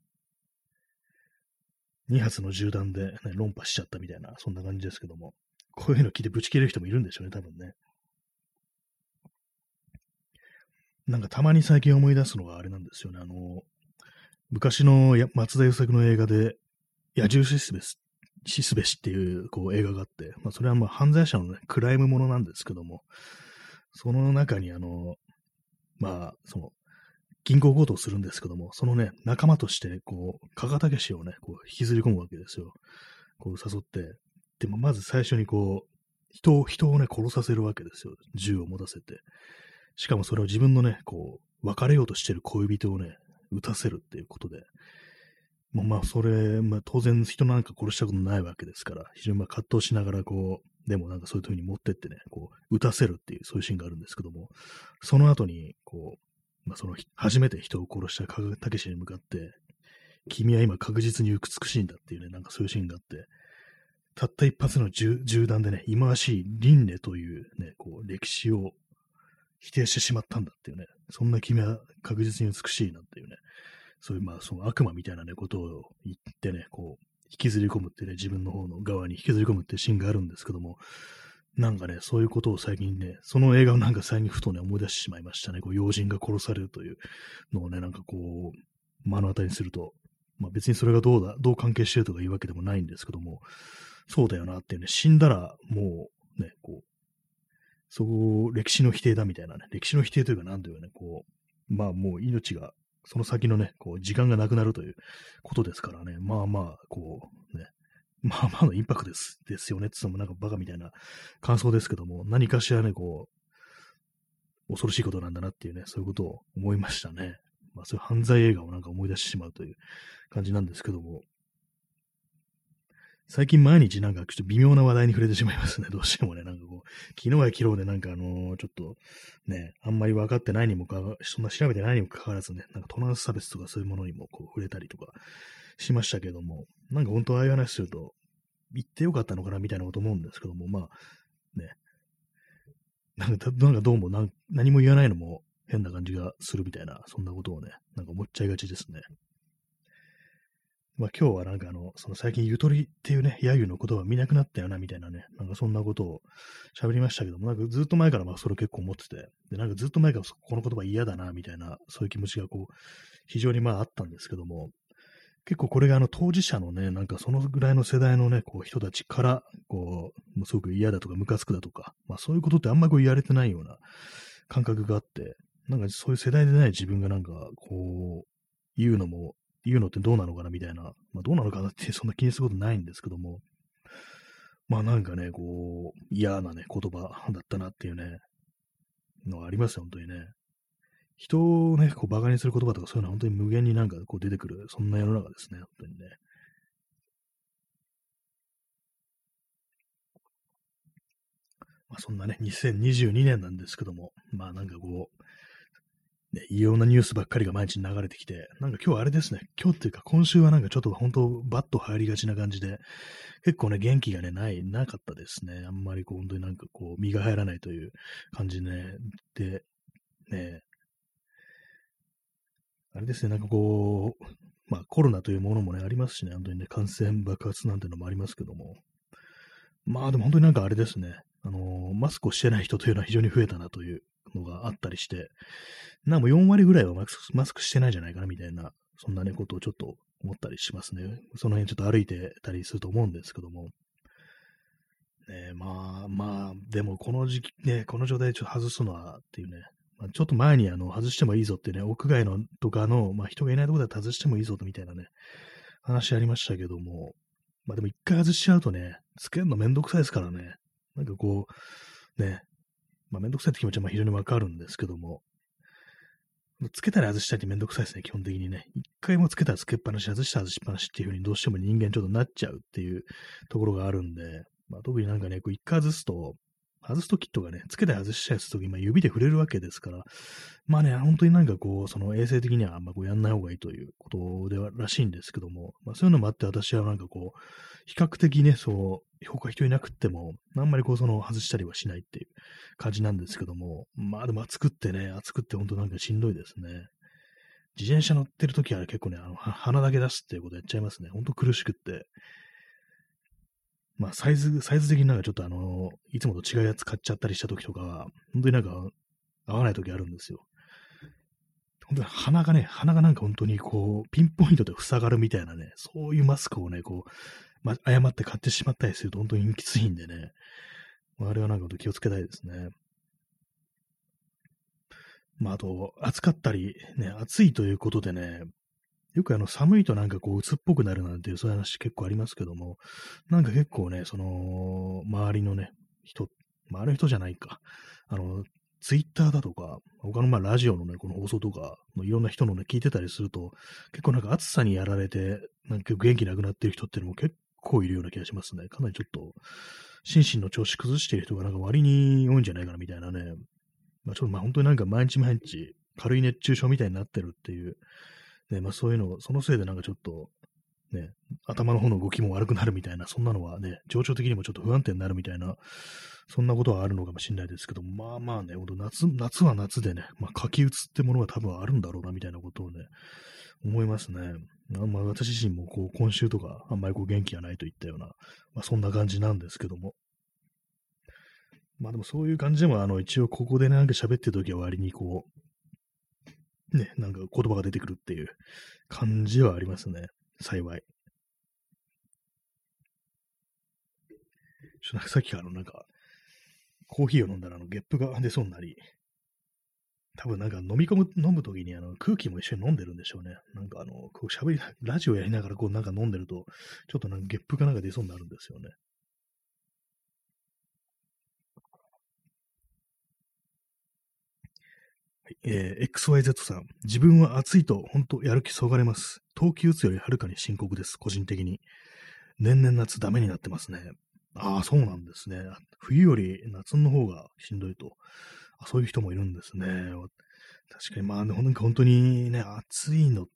Speaker 1: に発の銃弾で、ね、論破しちゃったみたいな、そんな感じですけども、こういうの聞いてぶち切れる人もいるんでしょうね、多分ね。なんかたまに最近思い出すのがあれなんですよね、あの、昔のや松田優作の映画で、野獣シスベス、シスベシっていうこう映画があって、まあ、それはまあ犯罪者のね、クライムものなんですけども、その中にあの、まあ、その、銀行強盗をするんですけども、そのね、仲間として、こう、加賀武史をね、こう、引きずり込むわけですよ。こう、誘って。でも、まず最初にこう、人を、人をね、殺させるわけですよ。銃を持たせて。しかもそれを自分のね、こう、別れようとしている恋人をね、撃たせるっていうことで。もうまあ、それ、まあ、当然人なんか殺したことないわけですから、非常にまあ葛藤しながら、こう、でもなんかそういう風に持ってってね、こう、撃たせるっていう、そういうシーンがあるんですけども、その後に、こう、まあ、その、初めて人を殺した加賀武史に向かって、君は今確実に美しいんだっていうね、なんかそういうシーンがあって、たった一発の銃銃弾でね、忌まわしい輪廻というね、こう、歴史を否定してしまったんだっていうね、そんな君は確実に美しいなっていうね、そういう、まあ、その悪魔みたいなね、ことを言ってね、こう、引きずり込むってね、自分の方の側に引きずり込むってシーンがあるんですけども、なんかね、そういうことを最近ね、その映画をなんか最近ふとね、思い出してしまいましたね。こう、要人が殺されるというのをね、なんかこう、目の当たりにすると、まあ別にそれがどうだ、どう関係してるとかいうわけでもないんですけども、そうだよなっていうね、死んだらもうね、こう、そこ、歴史の否定だみたいなね、歴史の否定というか、なんというかね、こう、まあもう命が、その先のね、こう、時間がなくなるということですからね、まあまあ、こう、ね、まあまあのインパクトです、ですよねって言ってもなんかバカみたいな感想ですけども、何かしらね、こう、恐ろしいことなんだなっていうね、そういうことを思いましたね。まあそういう犯罪映画をなんか思い出してしまうという感じなんですけども、最近毎日なんかちょっと微妙な話題に触れてしまいますね。どうしてもね、なんかこう、昨日や昨日でなんかあのーちょっとね、あんまり分かってないにもかか、そんな調べてないにもかかわらずね、なんかトランス差別とかそういうものにもこう触れたりとかしましたけども、なんか本当ああいう話すると、言ってよかったのかなみたいなこと思うんですけども、まあ、ね、なんかなんかどうもなん何も言わないのも変な感じがするみたいな、そんなことをね、なんか思っちゃいがちですね。まあ今日はなんかあの、その最近ゆとりっていうね、揶揄の言葉見なくなったよな、みたいなね、なんかそんなことを喋りましたけども、なんかずっと前からまあそれ結構思ってて、で、なんかずっと前からこの言葉嫌だな、みたいな、そういう気持ちがこう、非常にまああったんですけども、結構これがあの当事者のね、なんかそのぐらいの世代のね、こう人たちから、こう、もうすごく嫌だとかムカつくだとか、まあそういうことってあんまりこう言われてないような感覚があって、なんかそういう世代でない自分がなんかこう、言うのも言うのってどうなのかなみたいな、まあどうなのかなってそんな気にすることないんですけども、まあなんかね、こう、嫌なね、言葉だったなっていうね、のがありますよ、本当にね。人をね、こう馬鹿にする言葉とかそういうのは本当に無限になんかこう出てくる、そんな世の中ですね、本当にね。まあそんなね、にせんにじゅうにねんなんですけども、まあなんかこう、ね、異様なニュースばっかりが毎日流れてきて、なんか今日あれですね、今日っていうか今週はなんかちょっと本当バッと入りがちな感じで、結構ね、元気がね、ない、なかったですね。あんまりこう、本当になんかこう、身が入らないという感じね。で、ね、あれですね、なんかこう、まあコロナというものもね、ありますしね、本当にね、感染爆発なんてのもありますけども、まあでも本当になんかあれですね、あのーマスクをしてない人というのは非常に増えたなというのがあったりして、なんかよん割ぐらいはマスクマスクしてないんじゃないかなみたいな、そんなね、ことをちょっと思ったりしますね。その辺ちょっと歩いてたりすると思うんですけども、ね、まあまあ、でもこの時期ね、この状態でちょっと外すのはっていうね、まあ、ちょっと前にあの外してもいいぞってね、屋外のとかの、まあ、人がいないところで外してもいいぞとみたいなね、話ありましたけども、まあでも一回外しちゃうとね、つけるのめんどくさいですからね、なんかこう、ね、まあめんどくさいって気持ちはまあ非常にわかるんですけども、つけたら外したいってめんどくさいですね、基本的にね。一回もつけたらつけっぱなし、外したら外しっぱなしっていう風にどうしても人間ちょっとなっちゃうっていうところがあるんで、まあ特になんかね、こう一回外すと、 外すときとかね、つけて外したりするとき、まあ、指で触れるわけですから、まあね、本当になんかこう、その衛生的にはあんまこうやんない方がいいということではらしいんですけども、まあそういうのもあって私はなんかこう、比較的ね、そう、他人いなくっても、あんまりこうその外したりはしないっていう感じなんですけども、まあでも暑くってね、暑くって本当なんかしんどいですね。自転車乗ってるときは結構ね、あの、は鼻だけ出すっていうことやっちゃいますね。ほんと苦しくって。まあ、サイズ、サイズ的になんかちょっとあの、いつもと違うやつ買っちゃったりしたときとかは、本当になんか合わないときあるんですよ。本当に鼻がね、鼻がなんか本当にこう、ピンポイントで塞がるみたいなね、そういうマスクをね、こう、まあ、誤って買ってしまったりすると本当にきついんでね、まあ、あれはなんか気をつけたいですね。まあ、あと、暑かったり、ね、暑いということでね、よくあの寒いとなんかこう鬱っぽくなるなんていうそういう話結構ありますけども、なんか結構ね、その、周りのね、人、周りの人じゃないか、あの、ツイッターだとか、他のまあラジオのね、この放送とか、いろんな人のね、聞いてたりすると、結構なんか暑さにやられて、なんか元気なくなってる人っていうのも結構いるような気がしますね。かなりちょっと、心身の調子崩している人がなんか割に多いんじゃないかなみたいなね。まあちょっとまあ本当になんか毎日毎日軽い熱中症みたいになってるっていう、ね、まあそういうのを、そのせいでなんかちょっと、ね、頭の方の動きも悪くなるみたいな、そんなのはね、情緒的にもちょっと不安定になるみたいな、そんなことはあるのかもしれないですけど、まあまあね、ほんと夏、夏は夏でね、まあ書き打つってものは多分あるんだろうな、みたいなことをね、思いますね。あんま私自身もこう、今週とか、あんまりこう元気がないといったような、まあそんな感じなんですけども。まあでもそういう感じでも、あの、一応ここでね、なんか喋ってるときは割にこう、ね、なんか言葉が出てくるっていう感じはありますね。幸い。ちょっとなんかさっきからあのなんか、コーヒーを飲んだらあのゲップが出そうになり、多分なんか飲み込む、飲むときにあの空気も一緒に飲んでるんでしょうね。なんかあの、こう喋り、ラジオやりながらこうなんか飲んでると、ちょっとなんかゲップがなんか出そうになるんですよね。はい、えー、エックスワイゼット さん。自分は暑いと本当やる気そがれます。冬季打つよりはるかに深刻です。個人的に。年々夏ダメになってますね。ああ、そうなんですね。冬より夏の方がしんどいと。あ、そういう人もいるんですね。確かに、まあ、なんか本当にね、暑いのって、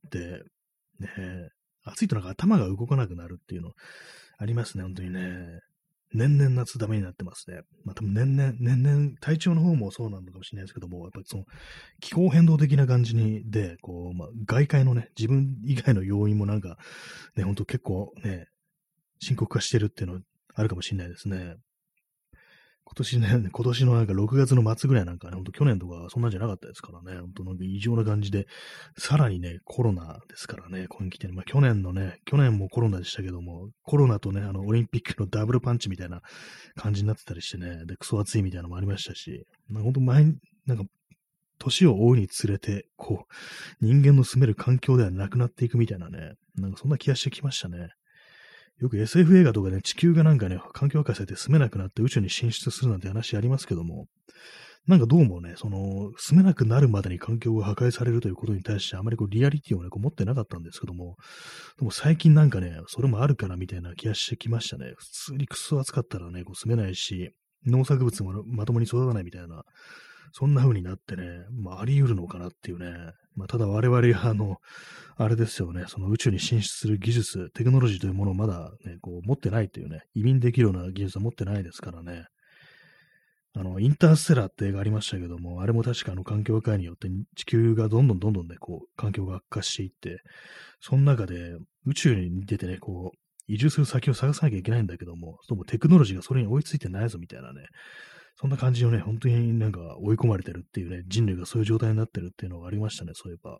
Speaker 1: ね、暑いとなんか頭が動かなくなるっていうのありますね、本当にね。年々夏ダメになってますね。まあ多分年々、年々、体調の方もそうなのかもしれないですけども、やっぱりその気候変動的な感じに、で、こう、まあ外界のね、自分以外の要因もなんか、ね、ほんと結構ね、深刻化してるっていうのはあるかもしれないですね。今年ね、今年のなんかろくがつの末ぐらいなんかね、ほんと去年とかそんなんじゃなかったですからね、ほんとなんか異常な感じで、さらにね、コロナですからね、今期ってね、まあ去年のね、去年もコロナでしたけども、コロナとね、あの、オリンピックのダブルパンチみたいな感じになってたりしてね、で、クソ暑いみたいなのもありましたし、まあ、ほんと前に、なんか、年を追うにつれて、こう、人間の住める環境ではなくなっていくみたいなね、なんかそんな気がしてきましたね。よく エスエフ 映画とかで、ね、地球がなんかね、環境破壊されて住めなくなって宇宙に進出するなんて話ありますけども、なんかどうもね、その、住めなくなるまでに環境が破壊されるということに対してあまりこうリアリティをね、こう持ってなかったんですけども、でも最近なんかね、それもあるからみたいな気がしてきましたね。普通にクソ暑かったらね、こう住めないし、農作物もまともに育たないみたいな、そんな風になってね、まああり得るのかなっていうね。まあただ我々はあの、あれですよね、その宇宙に進出する技術、テクノロジーというものをまだね、こう持ってないというね、移民できるような技術は持ってないですからね。あの、インターステラーって映画ありましたけども、あれも確かあの環境破壊によって地球がどんどんどんどんね、こう、環境が悪化していって、その中で宇宙に出てね、こう、移住する先を探さなきゃいけないんだけども、そのテクノロジーがそれに追いついてないぞみたいなね、そんな感じのね、本当になんか追い込まれてるっていうね、人類がそういう状態になってるっていうのがありましたね、そういえば。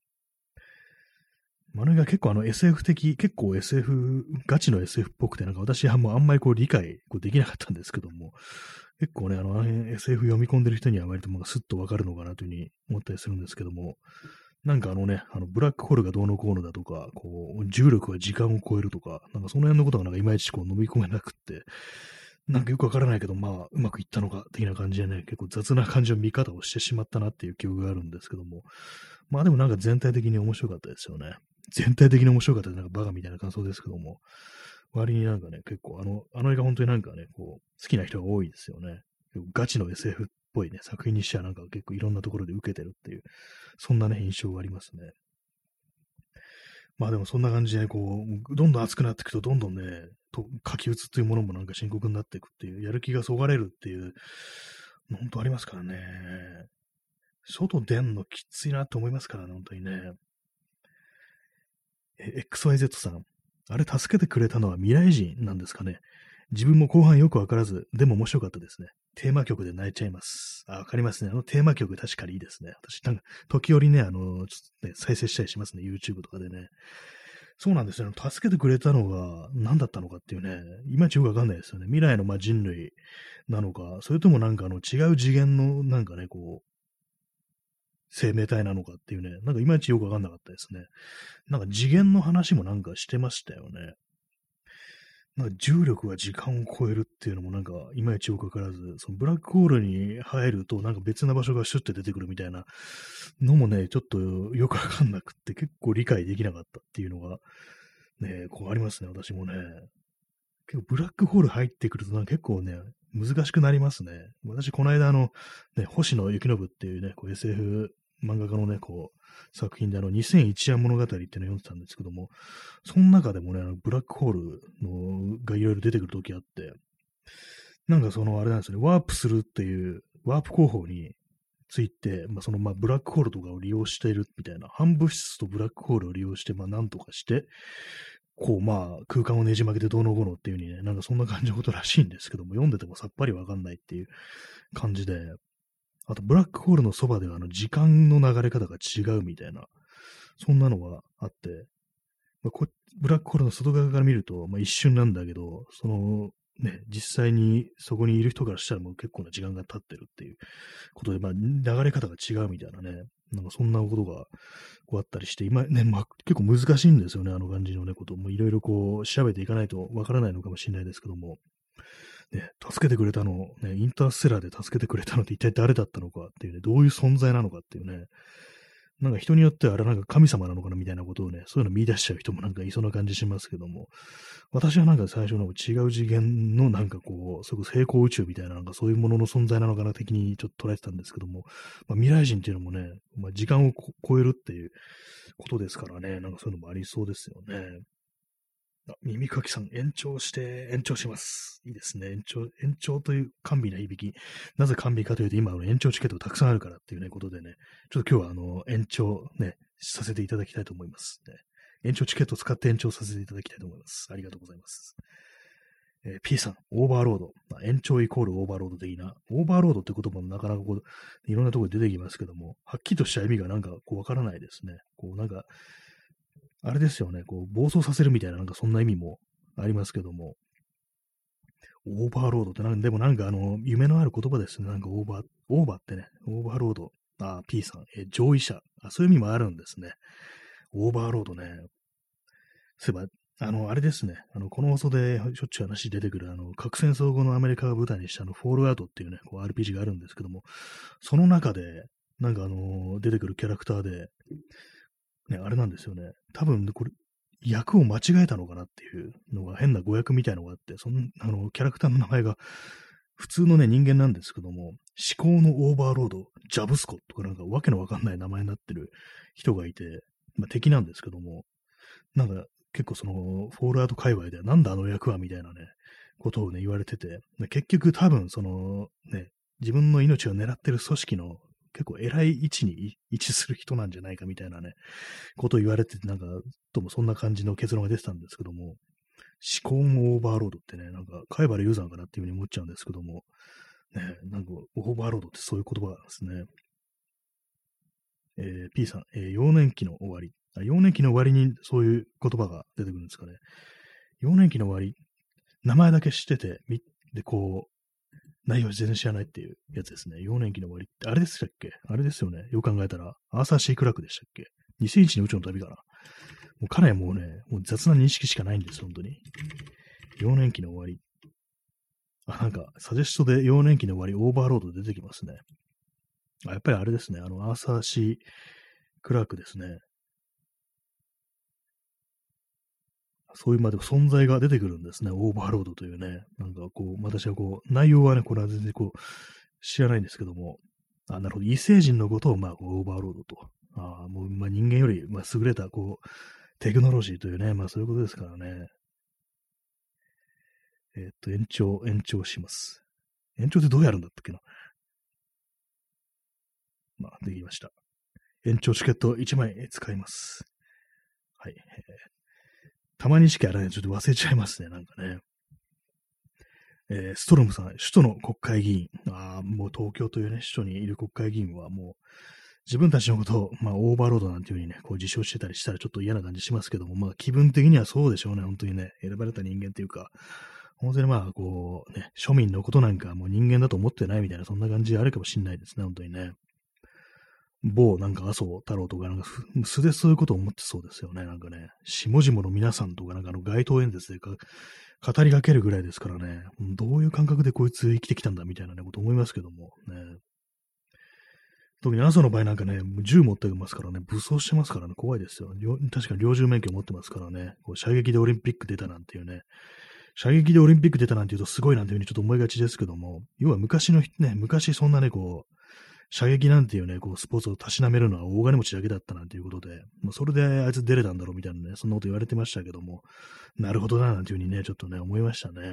Speaker 1: あれが結構あの エスエフ 的、結構 エスエフ、ガチの エスエフ っぽくて、なんか私はもうあんまりこう理解こうできなかったんですけども、結構ね、あの、あの辺 エスエフ 読み込んでる人には割ともうスッとわかるのかなというふうに思ったりするんですけども、なんかあのね、あのブラックホールがどうのこうのだとか、こう、重力が時間を超えるとか、なんかその辺のことがなんかいまいちこう飲み込めなくって、なんかよくわからないけど、まあ、うまくいったのか、的な感じでね、結構雑な感じの見方をしてしまったなっていう記憶があるんですけども、まあでもなんか全体的に面白かったですよね。全体的に面白かったです。なんかバカみたいな感想ですけども、割になんかね、結構あの、あの映画本当になんかね、こう、好きな人が多いですよね。 ガチの エスエフ っぽいね、作品にしてはなんか結構いろんなところで受けてるっていう、そんなね、印象がありますね。まあでもそんな感じで、ね、こう、どんどん暑くなっていくと、どんどんね、と書き写というものもなんか深刻になっていくっていう、やる気がそがれるっていう、本当ありますからね。外出んのきついなと思いますからね、本当にね。え エックスワイゼット さん。あれ助けてくれたのは未来人なんですかね。自分も後半よくわからず、でも面白かったですね。テーマ曲で泣いちゃいます。あ、わかりますね。あのテーマ曲確かにいいですね。私、なんか、時折ね、あの、ちょっとね、再生したりしますね。YouTube とかでね。そうなんですよね。助けてくれたのが何だったのかっていうね、いまいちよくわかんないですよね。未来のまあ人類なのか、それともなんかあの違う次元のなんかね、こう、生命体なのかっていうね、なんかいまいちよくわかんなかったですね。なんか次元の話もなんかしてましたよね。なんか重力が時間を超えるっていうのもなんかいまいちよくわからず、そのブラックホールに入るとなんか別な場所がシュッて出てくるみたいなのもね、ちょっとよくわかんなくって結構理解できなかったっていうのがね、こうありますね、私もね。結構ブラックホール入ってくるとなんか結構ね、難しくなりますね。私、この間あの、ね、星野幸信っていうね、こう エスエフ 漫画家のね、こう、作品であの、にせんいち夜物語っていうのを読んでたんですけども、その中でもね、あのブラックホールのがいろいろ出てくるときあって、なんかそのあれなんですよね、ワープするっていう、ワープ工法について、まあ、そのまあブラックホールとかを利用しているみたいな、反物質とブラックホールを利用して、まあなんとかして、こう、まあ、空間をねじ曲げてどうのこうのっていう風にね、なんかそんな感じのことらしいんですけども、読んでてもさっぱりわかんないっていう感じで、あと、ブラックホールのそばでは、あの、時間の流れ方が違うみたいな、そんなのがあって、まあ、こブラックホールの外側から見ると、まあ、一瞬なんだけど、その、ね、実際にそこにいる人からしたらもう結構な時間が経ってるっていうことで、まあ、流れ方が違うみたいなね、なんかそんなことがこうあったりして、今ね、まあ、結構難しいんですよね、あの感じのね、こともいろいろこう調べていかないとわからないのかもしれないですけども、ね、助けてくれたの、ね、インターステラーで助けてくれたのって一体誰だったのかっていうね、どういう存在なのかっていうね、なんか人によってはあれなんか神様なのかなみたいなことをね、そういうの見出しちゃう人もなんかいそうな感じしますけども、私はなんか最初の違う次元のなんかこう、それこそ平行宇宙みたいななんかそういうものの存在なのかな的にちょっと捉えてたんですけども、まあ、未来人っていうのもね、まあ、時間を超えるっていうことですからね、なんかそういうのもありそうですよね。あ、耳かきさん、延長して、延長します。いいですね。延長、延長という甘美な響き。なぜ甘美かというと、今、あの延長チケットたくさんあるからっていうね、ことでね、ちょっと今日は、あの、延長ね、させていただきたいと思います、ね。延長チケットを使って延長させていただきたいと思います。ありがとうございます。えー、P さん、オーバーロード。まあ、延長イコールオーバーロード的な。オーバーロードって言葉もなかなかこう、いろんなところで出てきますけども、はっきりとした意味がなんかこうわからないですね。こうなんか、あれですよね、こう、暴走させるみたいな、なんかそんな意味もありますけども、オーバーロードってなんでもなんかあの、夢のある言葉ですね。なんかオーバー、オーバーってね、オーバーロード。あ、P さん、え、上位者。あ、そういう意味もあるんですね。オーバーロードね。そういえば、あの、あれですね。あの、この放送でしょっちゅう話出てくる、あの、核戦争後のアメリカを舞台にしたあの、フォールアウトっていうね、こう アールピージー があるんですけども、その中で、なんかあの、出てくるキャラクターで、ね、あれなんですよね。多分、これ、役を間違えたのかなっていうのが変な誤訳みたいのがあって、その、あの、キャラクターの名前が普通のね、人間なんですけども、思考のオーバーロード、ジャブスコとかなんかわけのわかんない名前になってる人がいて、まあ、敵なんですけども、なんか結構その、フォールアウト界隈ではなんだあの役はみたいなね、ことをね、言われてて、結局多分その、ね、自分の命を狙ってる組織の結構偉い位置に位置する人なんじゃないかみたいなね、ことを言われてて、なんか、ともそんな感じの結論が出てたんですけども、思考のオーバーロードってね、なんか、貝原雄山かなっていうふうに思っちゃうんですけども、ね、なんか、オーバーロードってそういう言葉なんですね。えー、P さん、えー、幼年期の終わり。あ、幼年期の終わりにそういう言葉が出てくるんですかね。幼年期の終わり、名前だけ知ってて、みで、こう、内容全然知らないっていうやつですね。幼年期の終わりって、あれでしたっけあれですよね。よく考えたら、アーサー・シー・クラークでしたっけ？ にせんいち の宇宙の旅かな。もう彼はもうね、もう雑な認識しかないんです、本当に。幼年期の終わり。あ、なんか、サジェストで幼年期の終わり、オーバーロード出てきますね。あ、やっぱりあれですね。あの、アーサー・シー・クラークですね。 そういうまで存在が出てくるんですね。オーバーロードというね。なんかこう、私はこう、内容はね、これは全然こう、知らないんですけども、あ、なるほど。異星人のことを、まあ、オーバーロードと。ああ、もう、まあ、人間より、まあ、優れた、こう、テクノロジーというね、まあ、そういうことですからね。えーっと、延長、延長します。延長ってどうやるんだったっけな。まあ、できました。延長チケットいちまい使います。はい。えーたまにしかやらないちょっと忘れちゃいますね、なんかね。えーストロムさん、首都の国会議員。ああ、もう東京というね、首都にいる国会議員はもう、自分たちのことを、まあ、オーバーロードなんていう風にね、こう自称してたりしたらちょっと嫌な感じしますけども、まあ、気分的にはそうでしょうね、本当にね、選ばれた人間っていうか、本当にまあ、こう、ね、庶民のことなんかもう人間だと思ってないみたいな、そんな感じあるかもしれないですね、本当にね。某なんか麻生太郎とかなんかふ素でそういうことを思ってそうですよね。なんかね、下々の皆さんとかなんかあの街頭演説でか語りかけるぐらいですからね、どういう感覚でこいつ生きてきたんだみたいなね、こと思いますけどもね。特に朝の場合なんかね、銃持ってますからね、武装してますからね、怖いですよ。両確かに猟銃免許持ってますからね、こう射撃でオリンピック出たなんていうね、射撃でオリンピック出たなんていうとすごいなんていうふうにちょっと思いがちですけども、要は昔のね、昔そんなね、こう、射撃なんていうね、こう、スポーツをたしなめるのは大金持ちだけだったなんていうことで、まあ、それであいつ出れたんだろうみたいなね、そんなこと言われてましたけども、なるほどな、なんていうふうにね、ちょっとね、思いましたね。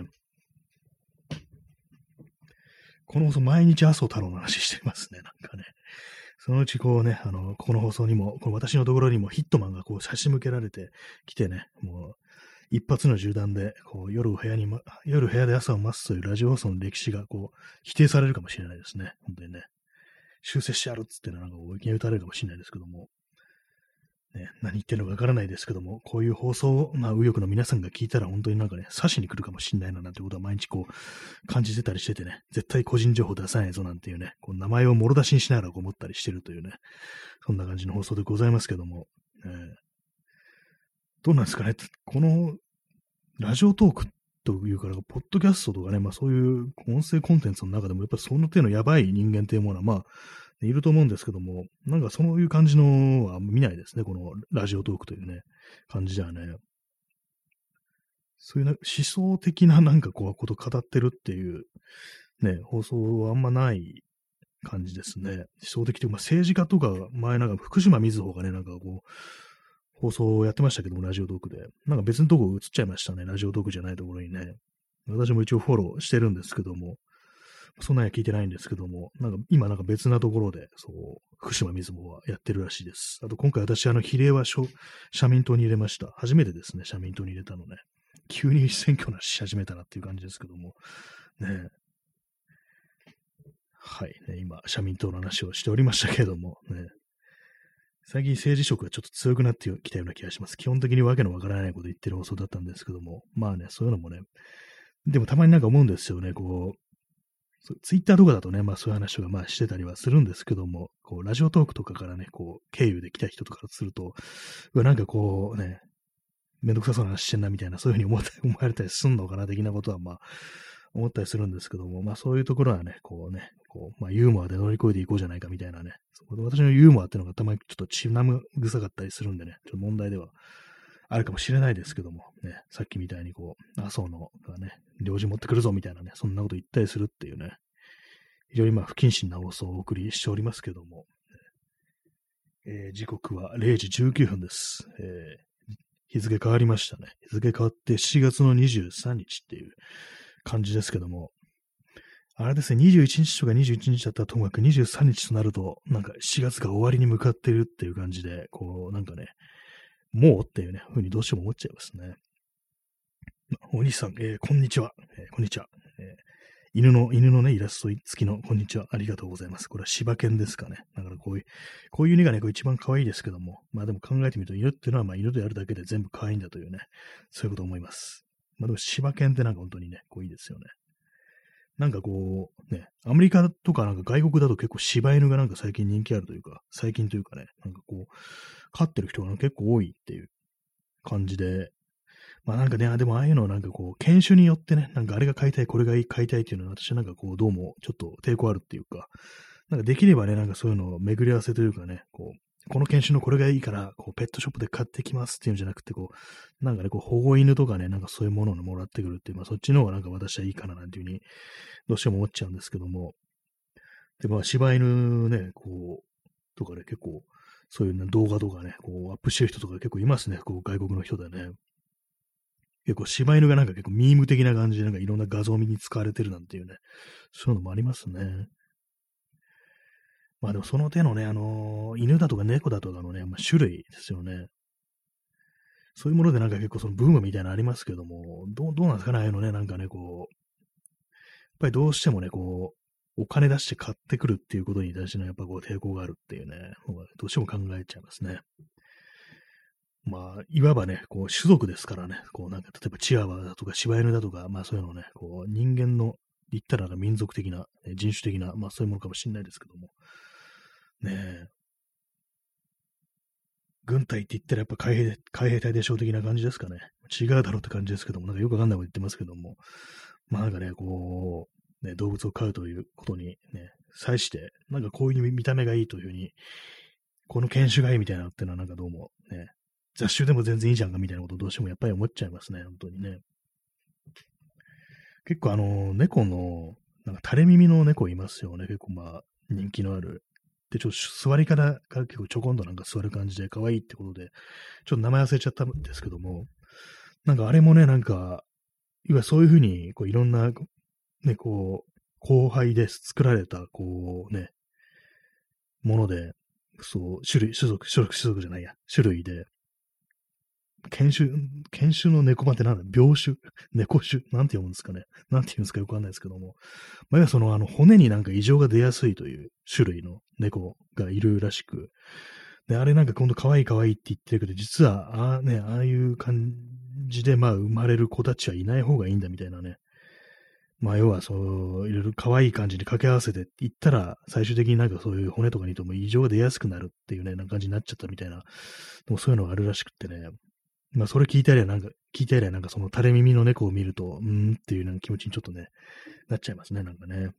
Speaker 1: この放送、毎日麻生太郎の話してますね、なんかね。そのうちこうね、あの、この放送にも、この私のところにもヒットマンがこう差し向けられてきてね、もう、一発の銃弾で、こう、夜を部屋に、ま、夜部屋で朝を待つというラジオ放送の歴史が、こう、否定されるかもしれないですね。本当にね。修正してやるっつってのはなんかいきなり打たれるかもしれないですけども、ね、何言ってるのかわからないですけども、こういう放送を、まあ、右翼の皆さんが聞いたら本当になんかね、刺しに来るかもしれないななんてことは毎日こう、感じてたりしててね、絶対個人情報出さないぞなんていうね、こう名前をもろ出しにしながら思ったりしてるというね、そんな感じの放送でございますけども、えーどうなんですかね、このラジオトークというか、ポッドキャストとかね、まあそういう音声コンテンツの中でも、やっぱりその手のやばい人間っていうものは、まあ、いると思うんですけども、なんかそういう感じのは見ないですね、このラジオトークというね、感じではね。そういうな思想的ななんかこう、ことを語ってるっていう、ね、放送はあんまない感じですね。思想的というか、まあ、政治家とか、前なんか福島みずほがね、なんかこう、放送をやってましたけども、ラジオトークで。なんか別のとこ映っちゃいましたね、ラジオトークじゃないところにね。私も一応フォローしてるんですけども、そんなには聞いてないんですけども、なんか今なんか別なところで、そう、福島みずほはやってるらしいです。あと今回私、あの、比例は社民党に入れました。初めてですね、社民党に入れたのね。急に選挙なし始めたなっていう感じですけども、ね。はい、ね、今、社民党の話をしておりましたけれども、ね。最近政治色がちょっと強くなってきたような気がします。基本的にわけのわからないこと言ってる放送だったんですけども、まあね、そういうのもね、でもたまになんか思うんですよね、こう、ツイッターとかだとね、まあそういう話がまあしてたりはするんですけども、こう、ラジオトークとかからね、こう、経由で来た人とかすると、うわ、なんかこうね、めんどくさそうな話してんなみたいな、そういうふうに思って思われたりすんのかな、的なことはまあ、思ったりするんですけども、まあそういうところはね、こうね、こう、まあユーモアで乗り越えていこうじゃないかみたいなね、私のユーモアっていうのがたまにちょっと血生臭かったりするんでね、ちょっと問題ではあるかもしれないですけども、ね、さっきみたいにこう、麻生のがね、領事持ってくるぞみたいなね、そんなこと言ったりするっていうね、非常にまあ不謹慎な放送をお送りしておりますけども、えー、時刻はれいじじゅうきゅうふんです。えー、日付変わりましたね。日付変わってしちがつのにじゅうさんにちっていう感じですけども、あれですね、にじゅういちにちとかにじゅういちにちだったらともかくにじゅうさんにちとなると、なんかしがつが終わりに向かってるっていう感じで、こう、なんかね、もうっていうね、ふうにどうしても思っちゃいますね。お兄さん、えー、こんにちは。えー、こんにちは。えー、犬の、犬のね、イラスト付きのこんにちは。ありがとうございます。これは柴犬ですかね。だからこういう、こういう犬がね、こう一番可愛いですけども、まあでも考えてみると、犬っていうのはまあ犬であるだけで全部可愛いんだというね、そういうことを思います。まあでも柴犬ってなんか本当にね、こういいですよね。なんかこう、ね、アメリカとかなんか外国だと結構柴犬がなんか最近人気あるというか、最近というかね、なんかこう、飼ってる人が結構多いっていう感じで、まあなんかね、でもああいうのなんかこう、犬種によってね、なんかあれが飼いたい、これが飼いたいっていうのは私はなんかこう、どうもちょっと抵抗あるっていうか、なんかできればね、なんかそういうのを巡り合わせというかね、こう、 この犬種のこれがいいから、こう、ペットショップで買ってきますっていうんじゃなくて、こう、なんかね、こう、保護犬とかね、なんかそういうものをもらってくるっていう、まあ、そっちの方がなんか私はいいかななんていうふうに、どうしても思っちゃうんですけども、で、まあ、柴犬ね、こう、とかね、結構、そういう、ね、動画とかね、こう、アップしてる人とか結構いますね、こう、外国の人でね。結構、柴犬がなんか結構ミーム的な感じで、なんかいろんな画像に使われてるなんていうね、そういうのもありますね。まあでもその手のね、あのー犬だとか猫だとかのね、まあ、種類ですよね。そういうものでなんか結構そのブームみたいなのありますけども、どう、どうなんですかね、ああいうのね、なんかね、こう、やっぱりどうしてもね、こう、お金出して買ってくるっていうことに対してのやっぱこう抵抗があるっていうね、のがどうしても考えちゃいますね。まあ、いわばね、こう、種族ですからね、こう、なんか、例えばチワワだとか柴犬だとか、まあそういうのね、こう、人間の、言ったら民族的な、ね人種的な、まあそういうものかもしれないですけども、ねえ、軍隊って言ったらやっぱ海兵、海兵隊でしょう的な感じですかね。違うだろうって感じですけども、なんかよくわかんないこと言ってますけども、まあなんかね、こう、ね、動物を飼うということにね、際して、なんかこういう見た目がいいというふうに、この犬種がいいみたいなのってのはなんかどうもね、雑種でも全然いいじゃんかみたいなことをどうしてもやっぱり思っちゃいますね、本当にね。結構あの、猫の、なんか垂れ耳の猫いますよね。結構まあ、人気のある。で、ちょっと座り方が結構ちょこんとなんか座る感じで可愛いってことで、ちょっと名前忘れちゃったんですけども、なんかあれもね、なんか、いわゆるそういうふうに、こういろんな、ね、こう、後輩で作られた、こうね、もので、そう、種類、種族、種族、種族じゃないや、種類で、犬種、犬種の猫版ってなんだ病種猫種なんて読むんですかねなんて言うんですかよくわかんないですけども。まあ、要はその、あの、骨になんか異常が出やすいという種類の猫がいるらしく、で、あれなんか今度可愛い可愛いって言ってるけど、実は、ああね、ああいう感じで、まあ、生まれる子たちはいない方がいいんだみたいなね。まあ、要は、そう、いろいろ可愛い感じに掛け合わせていったら、最終的になんかそういう骨とかにとも異常が出やすくなるっていうね、なんか感じになっちゃったみたいな、でもそういうのがあるらしくってね。まあ、それ聞いたりはなんか、聞いたりはなんかその垂れ耳の猫を見ると、うーんっていうなんか気持ちにちょっとね、なっちゃいますね、なんかね。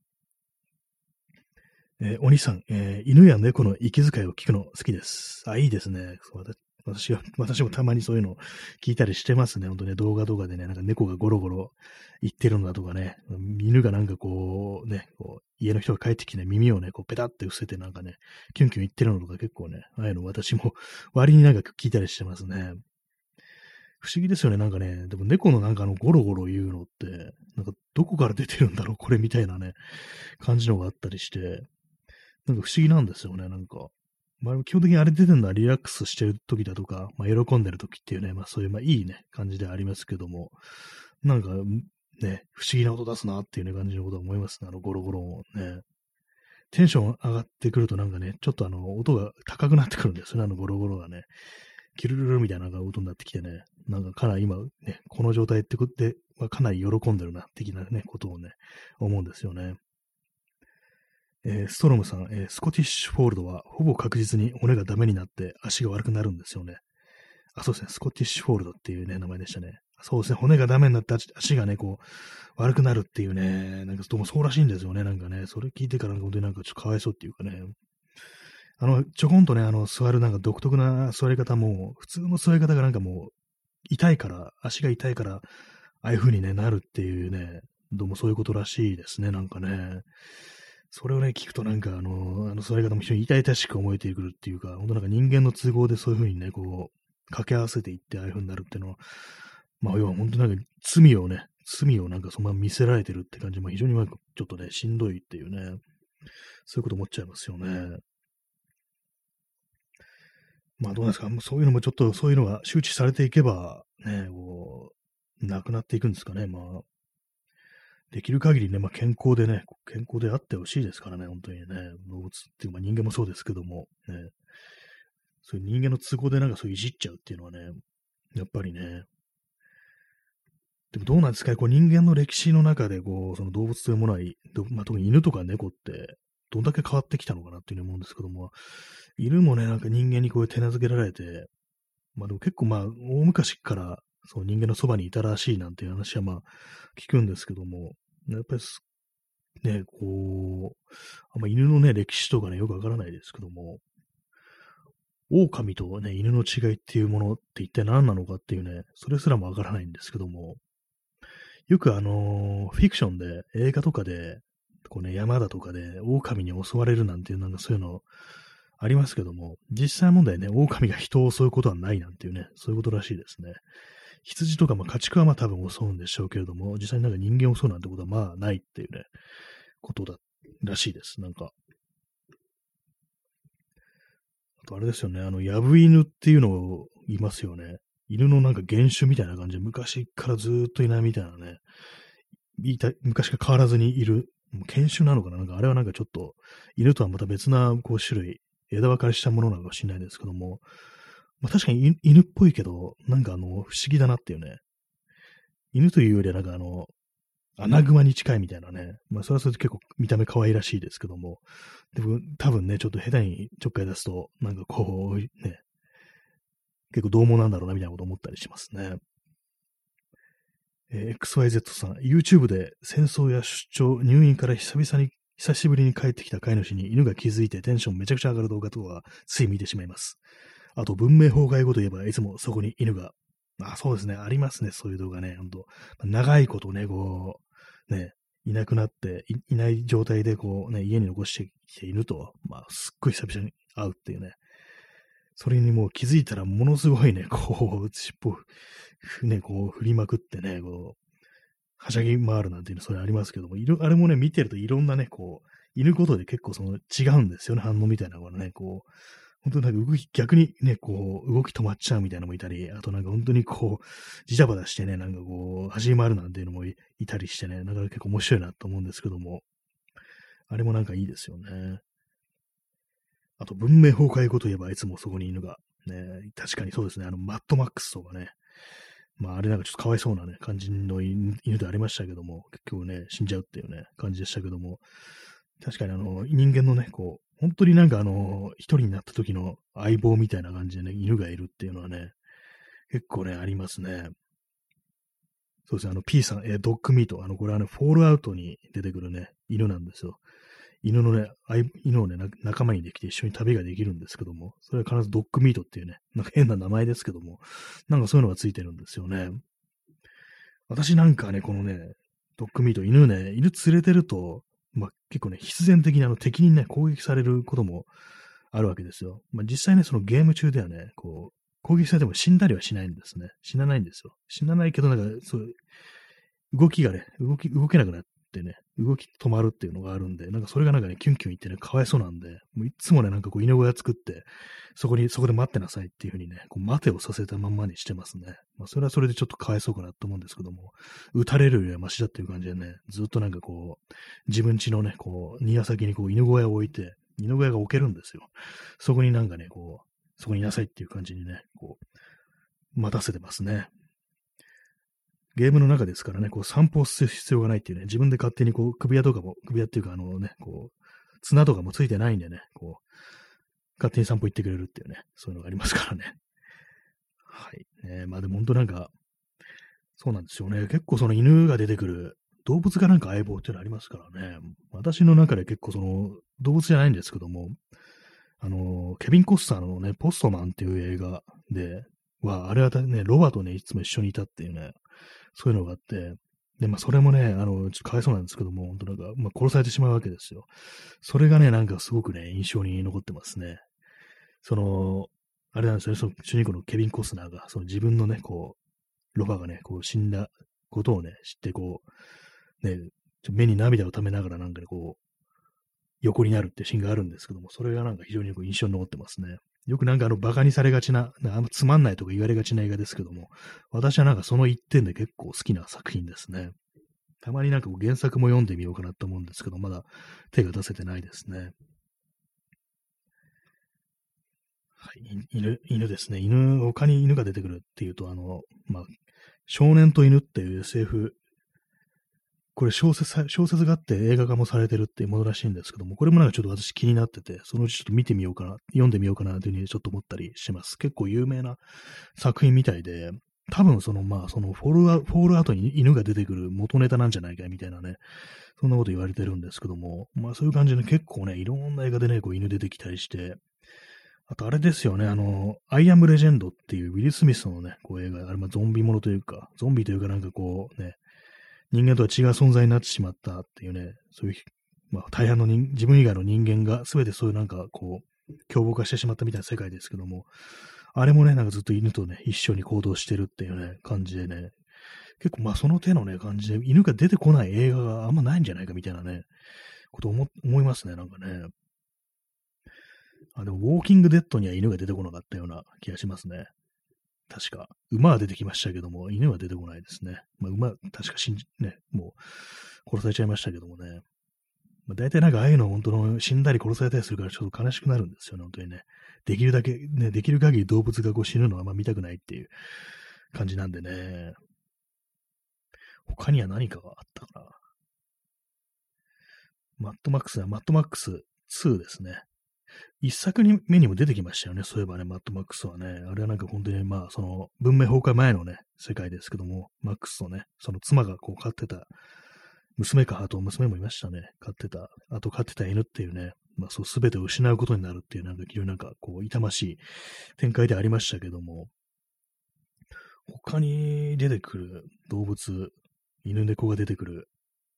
Speaker 1: えーお兄さん、えー犬や猫の息遣いを聞くの好きです。あ、いいですね。そう私私は、私もたまにそういうの聞いたりしてますね。本当ね、動画とかでね、なんか猫がゴロゴロ言ってるのだとかね、犬がなんかこう、ね、こう家の人が帰ってきてね、耳をね、こうペタって伏せてなんかね、キュンキュン言ってるのとか結構ね、ああいうの私も割になんか聞いたりしてますね。不思議ですよね。なんかね、でも猫のなんかあのゴロゴロ言うのって、なんかどこから出てるんだろう、これみたいなね、感じのがあったりして、なんか不思議なんですよね、なんか。まあ、基本的にあれ出てるのはリラックスしてる時だとか、まあ、喜んでる時っていうね、まあそういう、まあいいね、感じではありますけども、なんか、ね、不思議な音出すなっていうね、感じのことは思いますね、あのゴロゴロをね。テンション上がってくるとなんかね、ちょっとあの、音が高くなってくるんですよね、あのゴロゴロがね。キルルルみたいな音になってきてね、なんかかなり今、ね、この状態ってことで、まあ、かなり喜んでるな、的なね、ことをね、思うんですよね。えーストロムさん、えースコティッシュフォールドはほぼ確実に骨がダメになって足が悪くなるんですよね。あ、そうですね。スコティッシュフォールドっていうね、名前でしたね。そうですね。骨がダメになって足足がね、こう、悪くなるっていうね、なんかどうもそうらしいんですよね。なんかね、それ聞いてから本当になんかちょっとかわいそうっていうかね。あの、ちょこんとね、あの、座るなんか独特な座り方も、普通の座り方がなんかもう、痛いから、足が痛いから、ああいう風にね、なるっていうね、どうもそういうことらしいですね、なんかね。それをね、聞くとなんかあの、あの座り方も非常に痛々しく思えてくるっていうか、本当なんか人間の都合でそういう風にね、こう、掛け合わせていってああいう風になるっていうのは、まあ要は本当なんか罪をね、罪をなんかそのまま見せられてるって感じも非常にまあちょっとね、しんどいっていうね、そういうこと思っちゃいますよね。まあどうなんですか、もうそういうのもちょっとそういうのが周知されていけば、ね、こう、なくなっていくんですかね。まあ、できる限りね、まあ健康でね、健康であってほしいですからね、本当にね。動物っていうか、まあ人間もそうですけども、ね、そういう人間の都合でなんかそういじっちゃうっていうのはね、やっぱりね、でもどうなんですかね、こう人間の歴史の中で、こう、その動物というものは、どまあ、特に犬とか猫って、どんだけ変わってきたのかなっていうふうに思うんですけども、犬もね、なんか人間にこう手なずけられて、まあでも結構まあ、大昔からそう人間のそばにいたらしいなんていう話はまあ聞くんですけども、やっぱりすね、こう、あんま犬のね、歴史とかね、よくわからないですけども、 狼とね、犬の違いっていうものって一体何なのかっていうね、それすらもわからないんですけども、よくあのーフィクションで、映画とかで、こうね、山だとかで狼に襲われるなんていう、なんかそういうのありますけども、実際問題ね、狼が人を襲うことはないなんていうね、そういうことらしいですね。羊とか、まあ、家畜はまあ多分襲うんでしょうけれども、実際になんか人間を襲うなんてことはまあないっていうね、ことだ、らしいです。なんか。あとあれですよね、あの、ヤブ犬っていうのをいますよね。犬のなんか原種みたいな感じで、昔からずーっといないみたいなね、いた昔から変わらずにいる、犬種なのかななんかあれはなんかちょっと、犬とはまた別なこう種類、枝分かれしたものなのかもしれないですけども、まあ、確かに犬っぽいけど、なんかあの、不思議だなっていうね。犬というよりはなんかあの、アナグマに近いみたいなね。まあ、それはそれで結構見た目可愛らしいですけども、でも多分ね、ちょっと下手にちょっかい出すと、なんかこう、ね、結構獰猛なんだろうなみたいなこと思ったりしますね。えー、エックスワイゼット さん、YouTube で戦争や出張、入院から久々に、久しぶりに帰ってきた飼い主に犬が気づいてテンションめちゃくちゃ上がる動画とかつい見てしまいます。あと、文明崩壊後といえば、いつもそこに犬が、あ、そうですね、ありますね、そういう動画ね、ほんと。長いことね、こう、ね、いなくなってい、いない状態で、こうね、家に残してきていると、まあ、すっごい久々に会うっていうね。それにもう気づいたら、ものすごいね、こう、尻尾、ね、こう、振りまくってね、こう、はしゃぎ回るなんていうの、それありますけども、いろ、あれもね、見てるといろんなね、こう、犬ごとで結構その違うんですよね、反応みたいなのがね、こう、本当になんか動き、逆にね、こう、動き止まっちゃうみたいなのもいたり、あとなんか本当にこう、ジタバタしてね、なんかこう、走り回るなんていうのも い, いたりしてね、なかなか結構面白いなと思うんですけども、あれもなんかいいですよね。あと、文明崩壊後といえば、いつもそこに犬が、ね、確かにそうですね、あの、マッドマックスとかね、まあ、あれなんかちょっとかわいそうなね、感じの犬でありましたけども、結局ね、死んじゃうっていうね、感じでしたけども、確かにあの、人間のね、こう、本当になんかあの、一人になった時の相棒みたいな感じでね、犬がいるっていうのはね、結構ね、ありますね。そうですね、あの、P さん、えードッグミート、あの、これはね、フォールアウトに出てくるね、犬なんですよ。犬のね、相犬をね、な仲間にできて一緒に旅ができるんですけども、それは必ずドッグミートっていうね、なんか変な名前ですけども、なんかそういうのがついてるんですよね。私なんかね、このね、ドッグミート、犬ね、犬連れてると、まあ、結構ね、必然的にあの敵にね、攻撃されることもあるわけですよ。まあ、実際ね、そのゲーム中ではね、こう、攻撃されても死んだりはしないんですね。死なないんですよ。死なないけど、なんか、そう、動きがね、動き、動けなくなってね、動き止まるっていうのがあるんで、なんかそれがなんかね、キュンキュン言ってね、かわいそうなんで、もういつもね、なんかこう、犬小屋作って、そこに、そこで待ってなさいっていう風にね、こう待てをさせたまんまにしてますね。まあ、それはそれでちょっとかわいそうかなと思うんですけども、撃たれるよりはマシだっていう感じでね、ずっとなんかこう、自分家のね、こう、庭先にこう、犬小屋を置いて、犬小屋が置けるんですよ。そこになんかね、こう、そこにいなさいっていう感じにね、こう、待たせてますね。ゲームの中ですからね、こう散歩をする必要がないっていうね、自分で勝手にこう首輪とかも、首輪っていうかあのね、こう、綱とかもついてないんでね、こう、勝手に散歩行ってくれるっていうね、そういうのがありますからね。はい。ね、まあでも本当なんか、そうなんですよね。結構その犬が出てくる動物がなんか相棒っていうのありますからね。私の中で結構その動物じゃないんですけども、あの、ケビン・コスターのね、ポストマンっていう映画で、は、あれはね、ロバとね、いつも一緒にいたっていうね、そういうのがあって、で、まあ、それもね、あの、ちょっとかわいそうなんですけども、本当なんか、まあ、殺されてしまうわけですよ。それがね、なんかすごくね、印象に残ってますね。その、あれなんですよね、その主人公のケビン・コスナーが、その自分のね、こう、ロバがね、こう死んだことをね、知って、こう、ね、目に涙を溜めながらなんかね、こう、横になるってシーンがあるんですけども、それがなんか非常にこう印象に残ってますね。よくなんかあの、馬鹿にされがちな、あんまつまんないとか言われがちな映画ですけども、私はなんかその一点で結構好きな作品ですね。たまになんか原作も読んでみようかなと思うんですけど、まだ手が出せてないですね。はい、犬、犬ですね。犬、他に犬が出てくるっていうと、あの、まあ、少年と犬っていう エスエフ、これ小説、小説があって映画化もされてるっていうものらしいんですけども、これもなんかちょっと私気になってて、そのうちちょっと見てみようかな、読んでみようかなというふうにちょっと思ったりします。結構有名な作品みたいで、多分そのまあそのフォールア、フォールアウトに犬が出てくる元ネタなんじゃないかみたいなね、そんなこと言われてるんですけども、まあそういう感じで結構ね、いろんな映画でね、こう犬出てきたりして、 あとあれですよね、あの、アイアムレジェンドっていうウィル・スミスのね、こう映画、あれまゾンビものというか、ゾンビというかなんかこうね、人間とは違う存在になってしまったっていうね、そういう、まあ大半の人自分以外の人間が全てそういうなんかこう、凶暴化してしまったみたいな世界ですけども、あれもね、なんかずっと犬とね、一緒に行動してるっていうね、感じでね、結構まあその手のね、感じで犬が出てこない映画があんまないんじゃないかみたいなね、こと思思いますね、なんかね。あ、でも、ウォーキングデッドには犬が出てこなかったような気がしますね。確か。馬は出てきましたけども、犬は出てこないですね。まあ、馬、確か死んじ、ね、もう殺されちゃいましたけどもね。まあ、大体なんかああいうの本当の死んだり殺されたりするからちょっと悲しくなるんですよね、本当にね。できるだけ、ね、できる限り動物がこう死ぬのはあんま見たくないっていう感じなんでね。他には何かがあったかな。マッドマックスはマッドマックスツーですね。一作目にも出てきましたよね。そういえばね、マッドマックスはね。あれはなんか本当に、まあ、その、文明崩壊前のね、世界ですけども、マックスとね、その妻がこう飼ってた、娘か、あと娘もいましたね。飼ってた、あと飼ってた犬っていうね、まあ、そう、すべてを失うことになるっていう、なんか、非常になんか、こう、痛ましい展開でありましたけども、他に出てくる動物、犬猫が出てくる、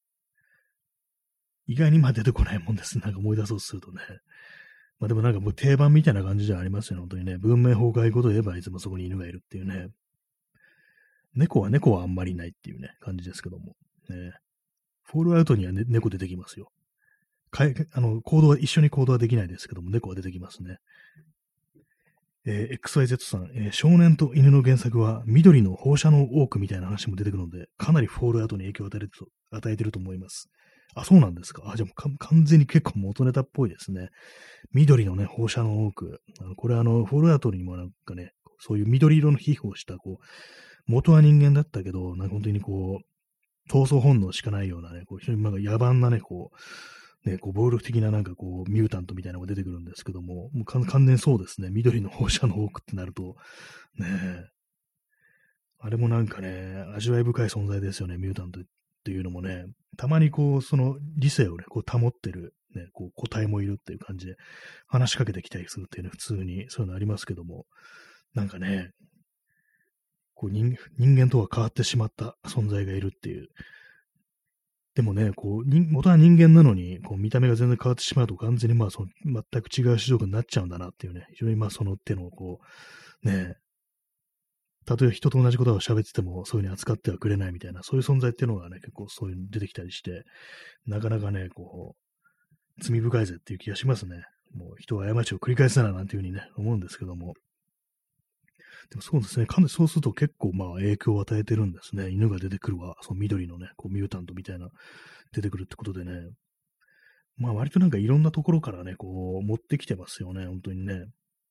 Speaker 1: 意外にまあ出てこないもんです。なんか思い出そうとするとね。まあでもなんかもう定番みたいな感じじゃありますよね、本当にね。文明崩壊後といえばいつもそこに犬がいるっていうね。猫は猫はあんまりいないっていうね、感じですけども。ね。フォールアウトには、ね、猫出てきますよ。かえあの、行動は、一緒に行動はできないですけども、猫は出てきますね。えー、エックスワイゼット さん、えー少年と犬の原作は緑の放射能多くみたいな話も出てくるので、かなりフォールアウトに影響を与えると与えていると思います。あ、そうなんですか。あ、じゃあもう完全に結構元ネタっぽいですね。緑のね、放射能多く。あのこれあの、フォールアウトにもなんかね、そういう緑色の皮膚をした、こう、元は人間だったけど、なんか本当にこう、闘争本能しかないようなね、こう、非常になんか野蛮なね、こう、ね、こう、暴力的ななんかこう、ミュータントみたいなのが出てくるんですけども、もう完完全そうですね。緑の放射能多くってなると、ね、あれもなんかね、味わい深い存在ですよね、ミュータントっていうのもね、たまにこう、その理性をね、こう保ってる、ね、こう個体もいるっていう感じで話しかけてきたりするっていうね、普通にそういうのありますけども、なんかね、こう人人間とは変わってしまった存在がいるっていう。でもね、こう、人元は人間なのに、こう見た目が全然変わってしまうと完全にまあその全く違う種族になっちゃうんだなっていうね、非常にまあその手のこう、ね、たとえ人と同じことを喋ってても、そういうふうに扱ってはくれないみたいな、そういう存在っていうのがね、結構そういうの出てきたりして、なかなかね、こう、罪深いぜっていう気がしますね。もう人は過ちを繰り返すななんていうふうにね、思うんですけども。でもそうですね、かなりそうすると結構まあ影響を与えてるんですね。犬が出てくるわ、その緑のね、こうミュータントみたいな出てくるってことでね。まあ割となんかいろんなところからね、こう持ってきてますよね、本当にね。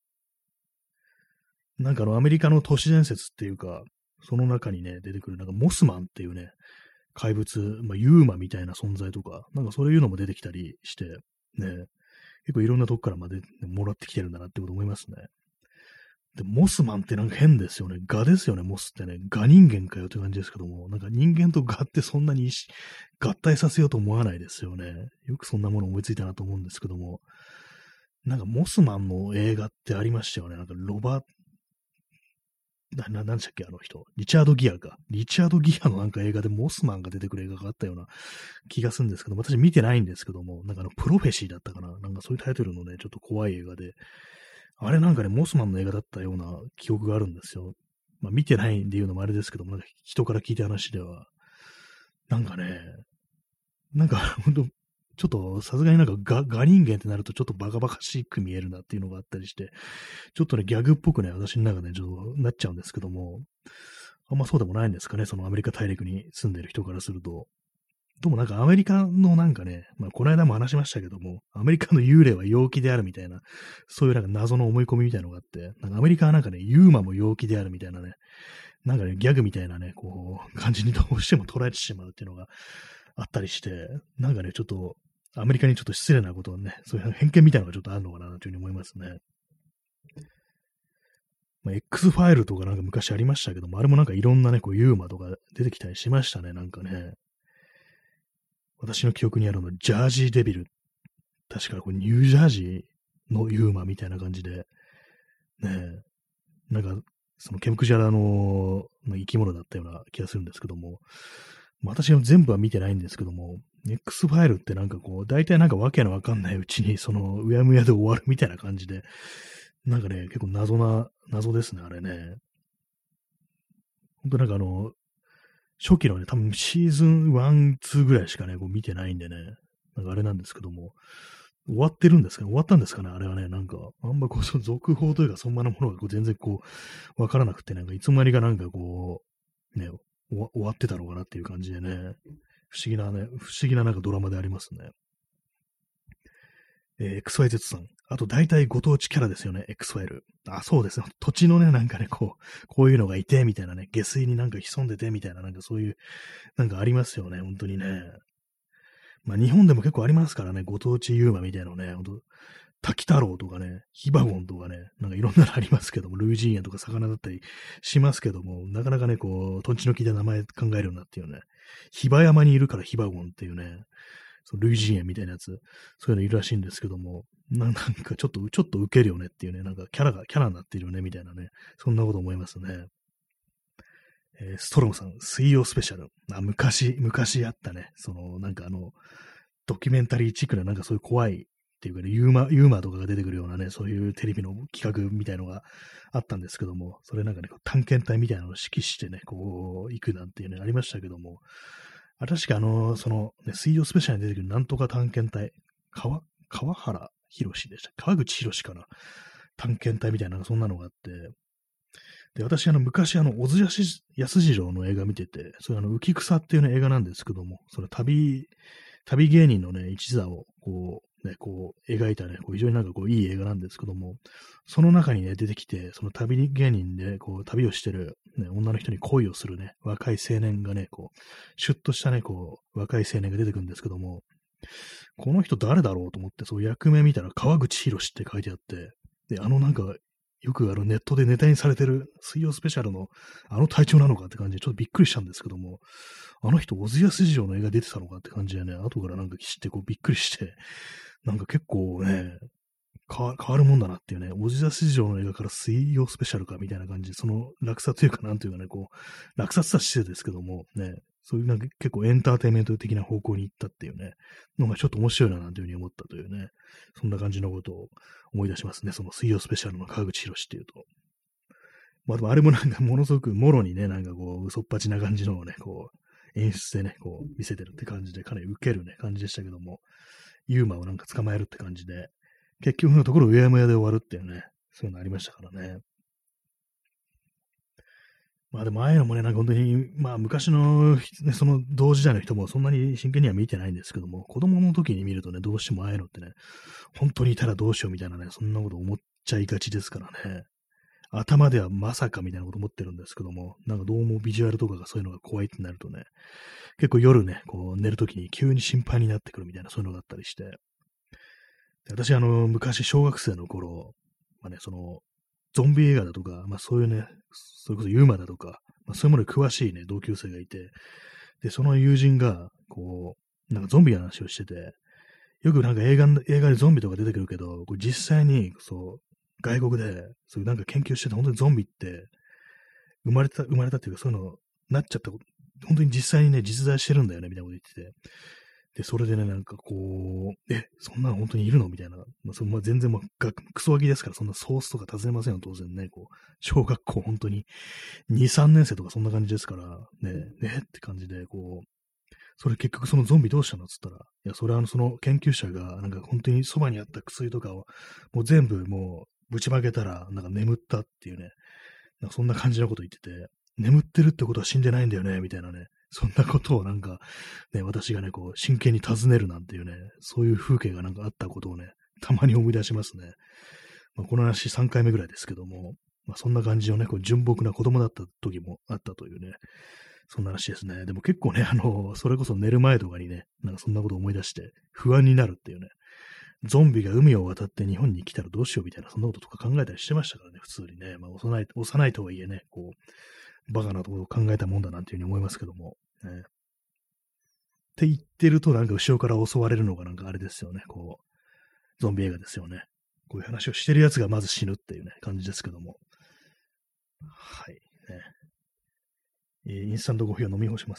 Speaker 1: なんかあのアメリカの都市伝説っていうか、その中にね、出てくるなんかモスマンっていうね、怪物、まあ、ユーマみたいな存在とか、なんかそういうのも出てきたりして、ね、結構いろんなとこからまで、ね、もらってきてるんだなってこと思いますね。で、モスマンってなんか変ですよね。ガですよね、モスってね。ガ人間かよって感じですけども、なんか人間とガってそんなに合体させようと思わないですよね。よくそんなもの思いついたなと思うんですけども、なんかモスマンの映画ってありましたよね。なんかロバ、な、な、なんでしたっけ、あの人。リチャード・ギアか。リチャード・ギアのなんか映画でモスマンが出てくる映画があったような気がするんですけど、私見てないんですけども、なんかあの、プロフェシーだったかな。なんかそういうタイトルのね、ちょっと怖い映画で、あれなんかね、モスマンの映画だったような記憶があるんですよ。まあ見てないんで言うのもあれですけども、なんか人から聞いた話では、なんかね、なんかほんと、ちょっとさすがになんかガ、ガ人間ってなるとちょっとバカバカしく見えるなっていうのがあったりして、ちょっとね、ギャグっぽくね、私の中でちょっとなっちゃうんですけども、あんまそうでもないんですかね、そのアメリカ大陸に住んでる人からすると。でもなんかアメリカのなんかね、まあこの間も話しましたけども、アメリカの幽霊は陽気であるみたいな、そういうなんか謎の思い込みみたいなのがあって、なんかアメリカはなんかね、ユーマも陽気であるみたいなね、なんかね、ギャグみたいなね、こう、感じにどうしても捉えてしまうっていうのがあったりして、なんかね、ちょっと、アメリカにちょっと失礼なことをね、そういう偏見みたいなのがちょっとあるのかなというふうに思いますね。まあ、X ファイルとかなんか昔ありましたけども、あれもなんかいろんなね、こうユーマとか出てきたりしましたね、なんかね。私の記憶にあるの、ジャージーデビル。確かこれニュージャージーのユーマみたいな感じで、 ね、なんか、そのケムクジャラの、まあ、生き物だったような気がするんですけども、まあ私は全部は見てないんですけども、X ファイルってなんかこう、大体なんかわけのわかんないうちに、その、うやむやで終わるみたいな感じで、なんかね、結構謎な、謎ですね、あれね。本当なんかあの、初期のね、多分シーズンワン、ツーぐらいしかね、こう見てないんでね、なんかあれなんですけども、終わってるんですかね、終わったんですかね、あれはね、なんか、あんまこう、その続報というか、そんなものがこう全然こう、わからなくて、なんかいつの間にかなんかこう、ね、終わ終わってたのかなっていう感じでね、不思議なね、不思議ななんかドラマでありますね。えー、エックスワイゼット さん。あと大体ご当地キャラですよね、X ファイル。あ、そうですね。土地のね、なんかね、こう、こういうのがいて、みたいなね、下水になんか潜んでて、みたいな、なんかそういう、なんかありますよね、本当にね。まあ日本でも結構ありますからね、ご当地ユーマみたいなのね、本当滝太郎とかね、ヒバゴンとかね、なんかいろんなのありますけども、ルージーヤとか魚だったりしますけども、なかなかね、こう、土地の聞いた名前考えるようになっていうね、ヒバ山にいるからヒバゴンっていうね、その類人猿みたいなやつ、そういうのいるらしいんですけども、ななんかちょっと、ちょっとウケるよねっていうね、なんかキャラが、キャラになってるよねみたいなね、そんなこと思いますね。えーストロムさん、水曜スペシャル。あ、昔、昔あったね。その、なんかあの、ドキュメンタリーチックな、なんかそういう怖いっていうかね、ユーマ、ユーマとかが出てくるようなね、そういうテレビの企画みたいのがあったんですけども、それなんかね、こう探検隊みたいなのを指揮してね、こう、行くなんていうね、ありましたけども、あ、確かあの、その、ね、水曜スペシャルに出てくるなんとか探検隊、川、川原博士でした。川口博士かな。探検隊みたいな、そんなのがあって、で、私、あの、昔、あの、小津安安二郎の映画見てて、それあの、浮草っていうね、映画なんですけども、それ旅、旅芸人のね、一座を、こう、ね、こう、描いたね、こう非常になんかこう、いい映画なんですけども、その中にね、出てきて、その旅芸人で、こう、旅をしてる、ね、女の人に恋をするね、若い青年がね、こう、シュッとしたね、こう、若い青年が出てくるんですけども、この人誰だろうと思って、そう、役名見たら、川口博士って書いてあって、で、あのなんか、よくあのネットでネタにされてる水曜スペシャルのあの隊長なのかって感じでちょっとびっくりしたんですけども、あの人、小津安二郎の映画出てたのかって感じでね、後からなんか知ってこうびっくりして、なんか結構ね、変わ変わるもんだなっていうね、小津安二郎の映画から水曜スペシャルかみたいな感じで、その落差というかなんというかね、こう、落札はしてですけども、ね、そういうなんか結構エンターテインメント的な方向に行ったっていうね、のがちょっと面白いななんていうふうに思ったというね、そんな感じのことを思い出しますね、その水曜スペシャルの川口博士っていうと。まあでもあれもなんかものすごくもろにね、なんかこう、嘘っぱちな感じのをね、こう、演出でね、こう、見せてるって感じで、かなりウケるね、感じでしたけども、ユーマをなんか捕まえるって感じで、結局のところうやむやで終わるっていうね、そういうのありましたからね。まあでもああいうのもね、なんか本当に、まあ昔の、ね、その同時代の人もそんなに真剣には見てないんですけども、子供の時に見るとね、どうしてもああいうのってね、本当にいたらどうしようみたいなね、そんなこと思っちゃいがちですからね。頭ではまさかみたいなこと思ってるんですけども、なんかどうもビジュアルとかがそういうのが怖いってなるとね、結構夜ね、こう寝るときに急に心配になってくるみたいなそういうのがあったりして、で私あの、昔小学生の頃、まあね、その、ゾンビ映画だとか、まあそういうね、それこそユーマだとか、まあそういうものに詳しいね、同級生がいて、で、その友人が、こう、なんかゾンビの話をしてて、よくなんか映画、映画でゾンビとか出てくるけど、これ実際に、そう、外国で、そういうなんか研究してて、本当にゾンビって生まれた、生まれたっていうか、そういうのなっちゃったこと、本当に実際にね、実在してるんだよね、みたいなこと言ってて。で、それでね、なんかこう、え、そんなの本当にいるのみたいな。まあ、そのまあ、全然もうが、クソガキですから、そんなソースとか尋ねませんよ、当然ね。こう、小学校本当にに、さんねん生とかそんな感じですから、ね、ねって感じで、こう、それ結局そのゾンビどうしたのっつったら、いや、それはあの、その研究者が、なんか本当にそばにあった薬とかを、もう全部もうぶちまけたら、なんか眠ったっていうね、なんかそんな感じのこと言ってて、眠ってるってことは死んでないんだよね、みたいなね、そんなことをなんか、ね、私がね、こう、真剣に尋ねるなんていうね、そういう風景がなんかあったことをね、たまに思い出しますね。まあ、この話さんかいめぐらいですけども、まあ、そんな感じのね、こう純朴な子供だった時もあったというね、そんな話ですね。でも結構ね、あの、それこそ寝る前とかにね、なんかそんなことを思い出して不安になるっていうね、ゾンビが海を渡って日本に来たらどうしようみたいな、そんなこととか考えたりしてましたからね、普通にね。まあ、幼い、幼いとはいえね、こう、バカなことを考えたもんだなんていうふうに思いますけども、ね。って言ってると、なんか後ろから襲われるのがなんかあれですよね、こう、ゾンビ映画ですよね。 こういう話をしてるやつがまず死ぬっていうね、感じですけども。はい。ね。えーインスタントコーヒーを飲み干します。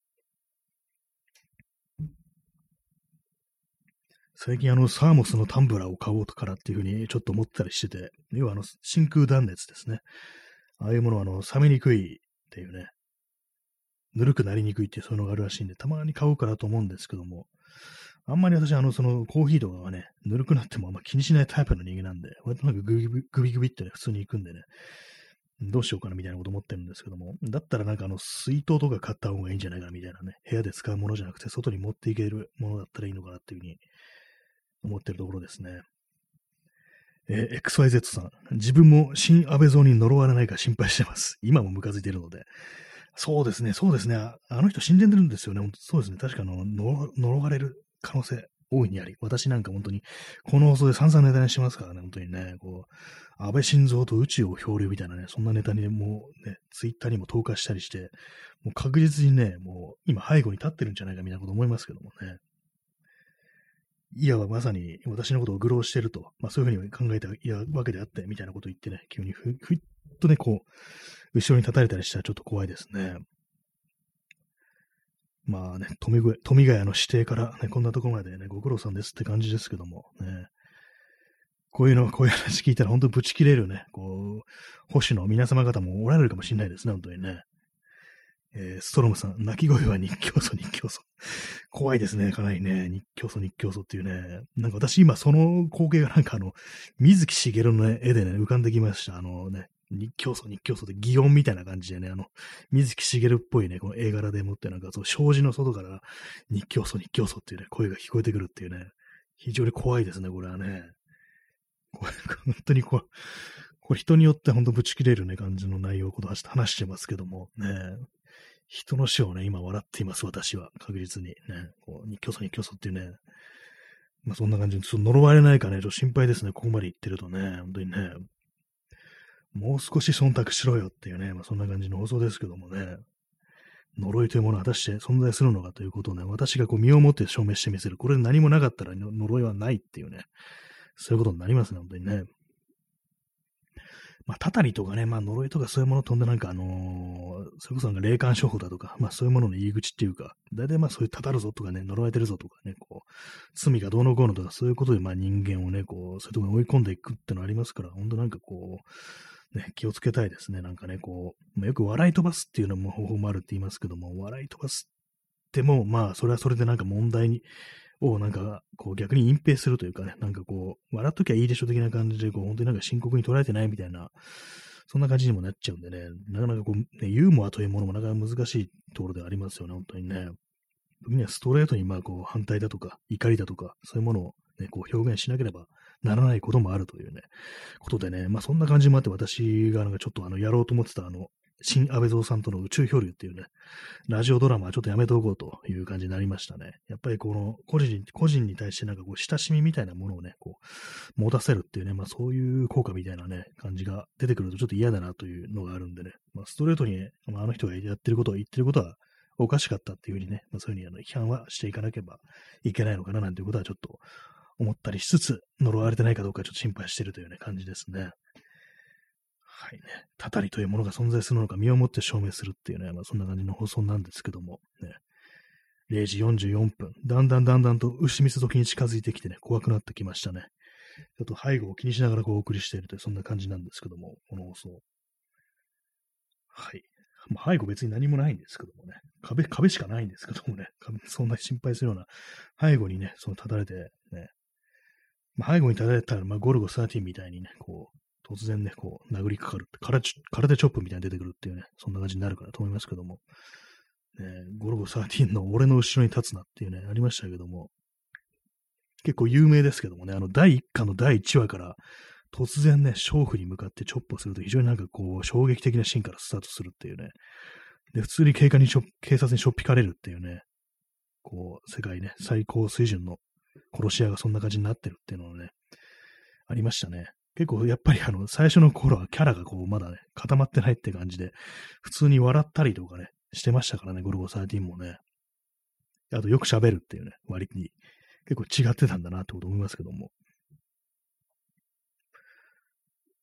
Speaker 1: 最近あの、サーモスのタンブラーを買おうからっていうふうにちょっと思ったりしてて、要はあの、真空断熱ですね。ああいうものはあの、冷めにくいっていうね、ぬるくなりにくいっていうそういうのがあるらしいんで、たまに買おうかなと思うんですけども、あんまり私あの、そのコーヒーとかはね、ぬるくなってもあんま気にしないタイプの人間なんで、割となんかグビグビグビグビってね、普通に行くんでね、どうしようかなみたいなこと思ってるんですけども、だったらなんかあの、水筒とか買った方がいいんじゃないかなみたいなね、部屋で使うものじゃなくて、外に持っていけるものだったらいいのかなっていうふうに思ってるところですね。えー エックスワイゼット さん、自分も新安倍像に呪われないか心配してます。今もムカついてるので。そうですね、そうですね。ああの人死んでるんですよね。本当そうですね。確かあの呪、呪われる可能性大いにあり。私なんか本当に、この放送で散々ネタにしてますからね、本当にね、こう、安倍晋三と宇宙を漂流みたいなね、そんなネタにね、もうね、ツイッターにも投下したりして、もう確実にね、もう今背後に立ってるんじゃないかみたいなこと思いますけどもね。いやはまさに私のことを愚弄してると、まあそういうふうに考えたいやわけであって、みたいなことを言ってね、急にふふっとね、こう、後ろに立たれたりしたらちょっと怖いですね。まあね、富ヶ富ヶ谷の指定からね、こんなところまでね、ご苦労さんですって感じですけども、ね、こういうの、こういう話聞いたら本当にブチ切れるね、こう、保守の皆様方もおられるかもしれないですね、本当にね。えーストロムさん、鳴き声は日教祖、日教祖。怖いですね、かなりね。日教祖、日教祖っていうね。なんか私今その光景がなんかあの、水木しげるの、ね、絵でね、浮かんできました。あのね、日教祖、日教祖って擬音みたいな感じでね、あの、水木しげるっぽいね、この絵柄でもってなんかそう、障子の外から日教祖、日教祖っていうね、声が聞こえてくるっていうね、非常に怖いですね、これはね。これ本当にこう、これ人によって本当ぶち切れるね、感じの内容をこと話してますけども、ね。人の死をね、今笑っています、私は。確実にね。こう日教祖、日教祖っていうね。まあそんな感じで、ちょっと呪われないかね、ちょっと心配ですね。ここまで言ってるとね、本当にね。もう少し忖度しろよっていうね、まあそんな感じの放送ですけどもね。呪いというものは果たして存在するのかということをね、私がこう身をもって証明してみせる。これで何もなかったら呪いはないっていうね。そういうことになりますね、本当にね。まあ、たたりとかね、まあ、呪いとかそういうもの飛んでなんかあのーそれこそなんか霊感商法だとか、まあ、そういうものの入り口っていうか、大体まあ、そういうたたるぞとかね、呪われてるぞとかね、こう、罪がどうのこうのとか、そういうことでまあ、人間をね、こう、そういうところに追い込んでいくってのありますから、本当なんかこう、ね、気をつけたいですね。なんかね、こう、まあ、よく笑い飛ばすっていうのも方法もあるって言いますけども、笑い飛ばすっても、まあ、それはそれでなんか問題にをなんか、こう逆に隠蔽するというかね、なんかこう、笑っときゃいいでしょ的な感じで、こう、本当になんか深刻に捉えてないみたいな、そんな感じにもなっちゃうんでね、なかなかこう、ね、ユーモアというものもなかなか難しいところではありますよね、本当にね。時にはストレートにまあこう、反対だとか、怒りだとか、そういうものをね、こう表現しなければならないこともあるというね、ことでね、まあそんな感じもあって私がなんかちょっとあの、やろうと思ってたあの、新安倍蔵さんとの宇宙漂流っていうね、ラジオドラマはちょっとやめておこうという感じになりましたね。やっぱりこの個人、個人に対してなんかこう親しみみたいなものをね、こう、持たせるっていうね、まあそういう効果みたいなね、感じが出てくるとちょっと嫌だなというのがあるんでね、まあストレートに、ね、まあ、あの人がやってることを言ってることはおかしかったっていうふうにね、まあそういうふうにあの批判はしていかなければいけないのかななんていうことはちょっと思ったりしつつ、呪われてないかどうかちょっと心配しているというね、感じですね。はいね。たたりというものが存在するのか身をもって証明するっていうね、まあそんな感じの放送なんですけども、ね。れいじよんじゅうよんぷん。だんだんだんだんと牛蜜時に近づいてきてね、怖くなってきましたね。ちょっと背後を気にしながらこうお送りしているという、そんな感じなんですけども、この放送。はい。まあ、背後別に何もないんですけどもね。壁、壁しかないんですけどもね。壁そんな心配するような背後にね、その立たれてね、まあ、背後に立たれたら、まあ、ゴルゴじゅうさんみたいにね、こう、突然ね、こう、殴りかかるって、空手空手チョップみたいに出てくるっていうね、そんな感じになるかなと思いますけども、ね、ゴルゴじゅうさんの俺の後ろに立つなっていうね、ありましたけども、結構有名ですけどもね、あの、だいいっかのだいいちわから、突然ね、娼婦に向かってチョップをすると非常になんかこう、衝撃的なシーンからスタートするっていうね、で、普通に警官にしょ警察にしょっぴかれるっていうね、こう、世界ね、最高水準の殺し屋がそんな感じになってるっていうのをね、ありましたね。結構やっぱりあの、最初の頃はキャラがこう、まだね、固まってないって感じで、普通に笑ったりとかね、してましたからね、ゴルゴじゅうさんもね。あとよく喋るっていうね、割に。結構違ってたんだなってこと思いますけども。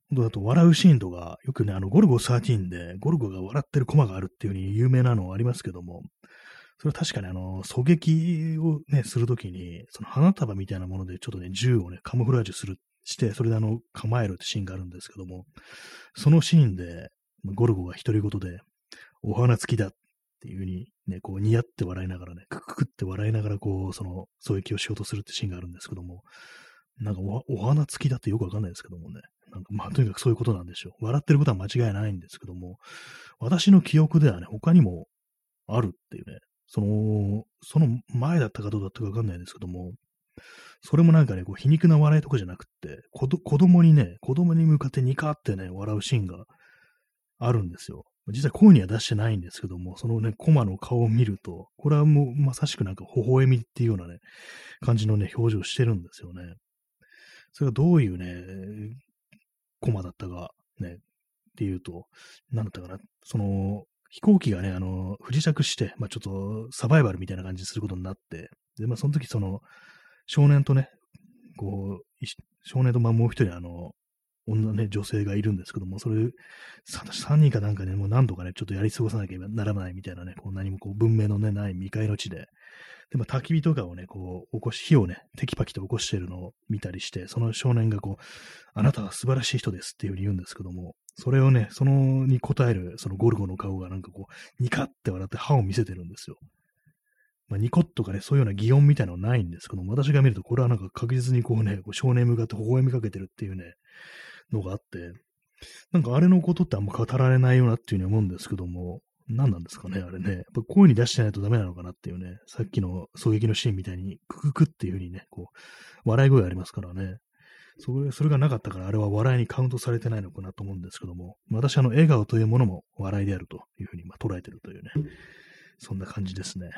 Speaker 1: 本当だと笑うシーンとか、よくね、あの、ゴルゴじゅうさんで、ゴルゴが笑ってるコマがあるっていう風に有名なのありますけども、それは確かにあの、狙撃をね、するときに、その花束みたいなものでちょっとね、銃をね、カモフラージュする、して、それであの、構えるってシーンがあるんですけども、そのシーンで、ゴルゴが独り言で、お花付きだっていう風にね、こう、ニヤって笑いながらね、クククって笑いながら、こう、その、狙撃をしようとするってシーンがあるんですけども、なんかお、お花付きだってよくわかんないですけどもね、なんかまあ、とにかくそういうことなんでしょう。笑ってることは間違いないんですけども、私の記憶ではね、他にもあるっていうね、その、その前だったかどうだったかわかんないですけども、それもなんかね、こう皮肉な笑いとかじゃなくって、子ど子供にね、子供に向かってニカってね、笑うシーンがあるんですよ。実際声には出してないんですけども、そのね、コマの顔を見ると、これはもうまさしくなんか微笑みっていうようなね、感じのね、表情をしてるんですよね。それがどういうね、コマだったか、ね、っていうと、なんだったかな、その、飛行機がね、あの、不時着して、まあちょっとサバイバルみたいな感じすることになって、で、まあその時その、少年とね、こう、少年とまあもう一人あの、女ね、女性がいるんですけども、それ、さんにんかなんかね、もう何度かね、ちょっとやり過ごさなきゃならないみたいなね、こう何もこう文明のね、ない未開の地で、で、まあ、焚き火とかをね、こう、起こし、火をね、テキパキと起こしてるのを見たりして、その少年がこう、あなたは素晴らしい人ですっていうふうに言うんですけども、それをね、そのに答える、そのゴルゴの顔がなんかこう、ニカって笑って歯を見せてるんですよ。まあ、ニコッとかね、そういうような擬音みたいなのはないんですけども、私が見ると、これはなんか確実にこうね、こう少年向かって微笑みかけてるっていうね、のがあって、なんかあれのことってあんま語られないようなっていうふうに思うんですけども、何なんですかね、あれね。やっぱ声に出してないとダメなのかなっていうね、さっきの狙撃のシーンみたいに、クククっていうふうにね、こう、笑い声ありますからね。それそれがなかったから、あれは笑いにカウントされてないのかなと思うんですけども、私、あの、笑顔というものも笑いであるというふうに、まあ、捉えてるというね、そんな感じですね。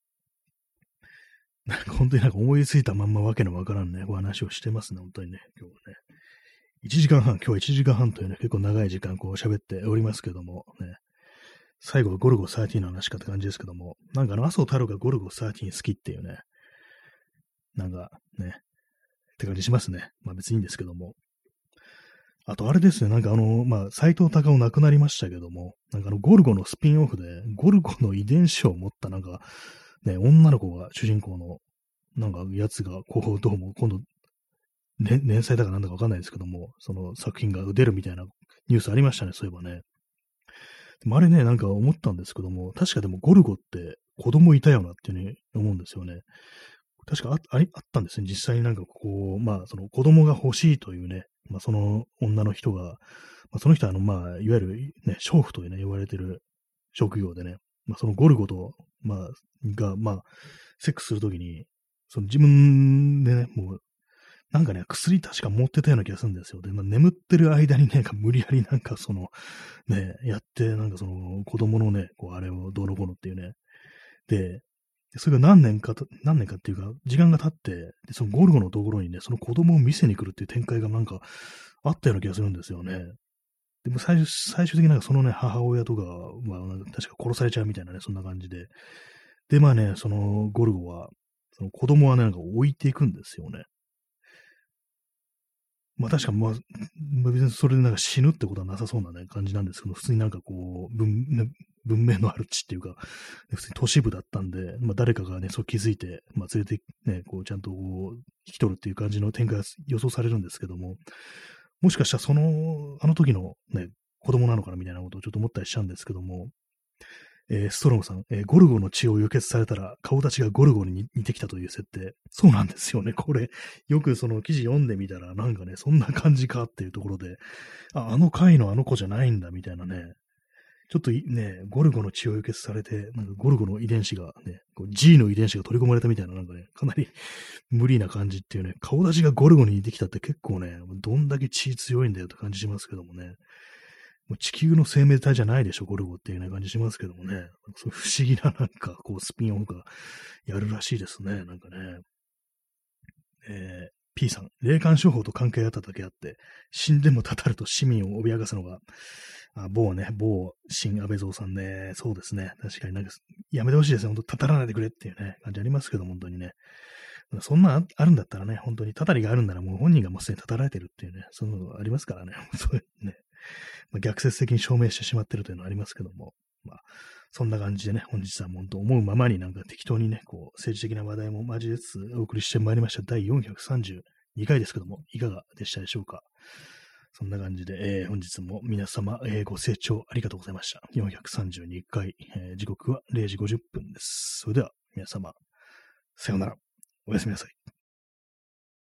Speaker 1: なんか本当になんか思いついたまんまわけのわからんね、お話をしてますね、本当にね、今日はね。いちじかんはん、今日はいちじかんはんというね、結構長い時間こう喋っておりますけども、ね、最後はゴルゴじゅうさんの話かって感じですけども、なんかあの、麻生太郎がゴルゴじゅうさん好きっていうね、なんかね、って感じしますね。まあ別にいいんですけども。あとあれですね、なんかあの、まあ、斎藤隆夫亡くなりましたけども、なんかあの、ゴルゴのスピンオフで、ゴルゴの遺伝子を持ったなんか、ね、女の子が主人公の、なんかやつが、こう、どうも、今度、ね、連載だかなんだかわかんないですけども、その作品が出るみたいなニュースありましたね、そういえばね。でもあれね、なんか思ったんですけども、確かでもゴルゴって子供いたよなっていうね、思うんですよね。確かあありあったんですね。実際になんかこう、まあ、その子供が欲しいというね、まあ、その女の人が、まあ、その人はあの、まあ、いわゆるね、娼婦というね、言われてる職業でね、まあ、そのゴルゴと、まあ、が、まあ、セックスするときに、その自分でね、もうなんかね、薬確か持ってたような気がするんですよ。で、まあ、眠ってる間にね、なんか無理やりなんかその、ね、やって、なんかその子供のね、こう、あれをどうのこうのっていうね。で、それが何年かと、何年かっていうか、時間が経って、で、そのゴルゴのところにね、その子供を見せに来るっていう展開がなんかあったような気がするんですよね。でも最終、最終的になんかそのね、母親とかは、まあ、なんか確か殺されちゃうみたいなね、そんな感じで。で、まあね、そのゴルゴは、その子供はね、なんか置いていくんですよね。まあ確か、まあ、まあ別にそれでなんか死ぬってことはなさそうなね、感じなんですけど、普通になんかこう、文、ね文明のある地っていうか、普通に都市部だったんで、まあ誰かがね、そう気づいて、まあ連れてね、こうちゃんとこう、引き取るっていう感じの展開が予想されるんですけども、もしかしたらその、あの時のね、子供なのかなみたいなことをちょっと思ったりしたんですけども、えーストロムさん、えーゴルゴの血を輸血されたら顔立ちがゴルゴに似てきたという設定。そうなんですよね。これ、よくその記事読んでみたら、なんかね、そんな感じかっていうところで、あ、あの回のあの子じゃないんだ、みたいなね。ちょっとね、ゴルゴの血を輸血されて、なんかゴルゴの遺伝子がね、こう G の遺伝子が取り込まれたみたいな、なんかね、かなり無理な感じっていうね、顔立ちがゴルゴに似てきたって結構ね、どんだけ血強いんだよって感じしますけどもね。もう地球の生命体じゃないでしょ、ゴルゴっていうような感じしますけどもね。そう不思議ななんか、こう、スピンオフがやるらしいですね、なんかね。えー、P さん、霊感商法と関係あっただけあって、死んでもたたると市民を脅かすのが、あ某ね、某新安倍蔵さんね、そうですね。確かになんか、やめてほしいですね。本当たたらないでくれっていうね、感じありますけども、本当にね。 そんなああるんだったらね、本当にたたりがあるんならもう本人がもうすでにたたられてるっていうね、そのありますからね。そういうね。まあ、逆説的に証明してしまってるというのはありますけども。まあ、そんな感じでね、本日は本当思うままになんか適当にね、こう、政治的な話題も交えつつお送りしてまいりましただいよんひゃくさんじゅうにかいですけども、いかがでしたでしょうか。そんな感じで、えー本日も皆様、えーご清聴ありがとうございました。よんひゃくさんじゅうにかい、えー時刻はれいじごじゅっぷんです。それでは皆様、さようなら。おやすみなさい。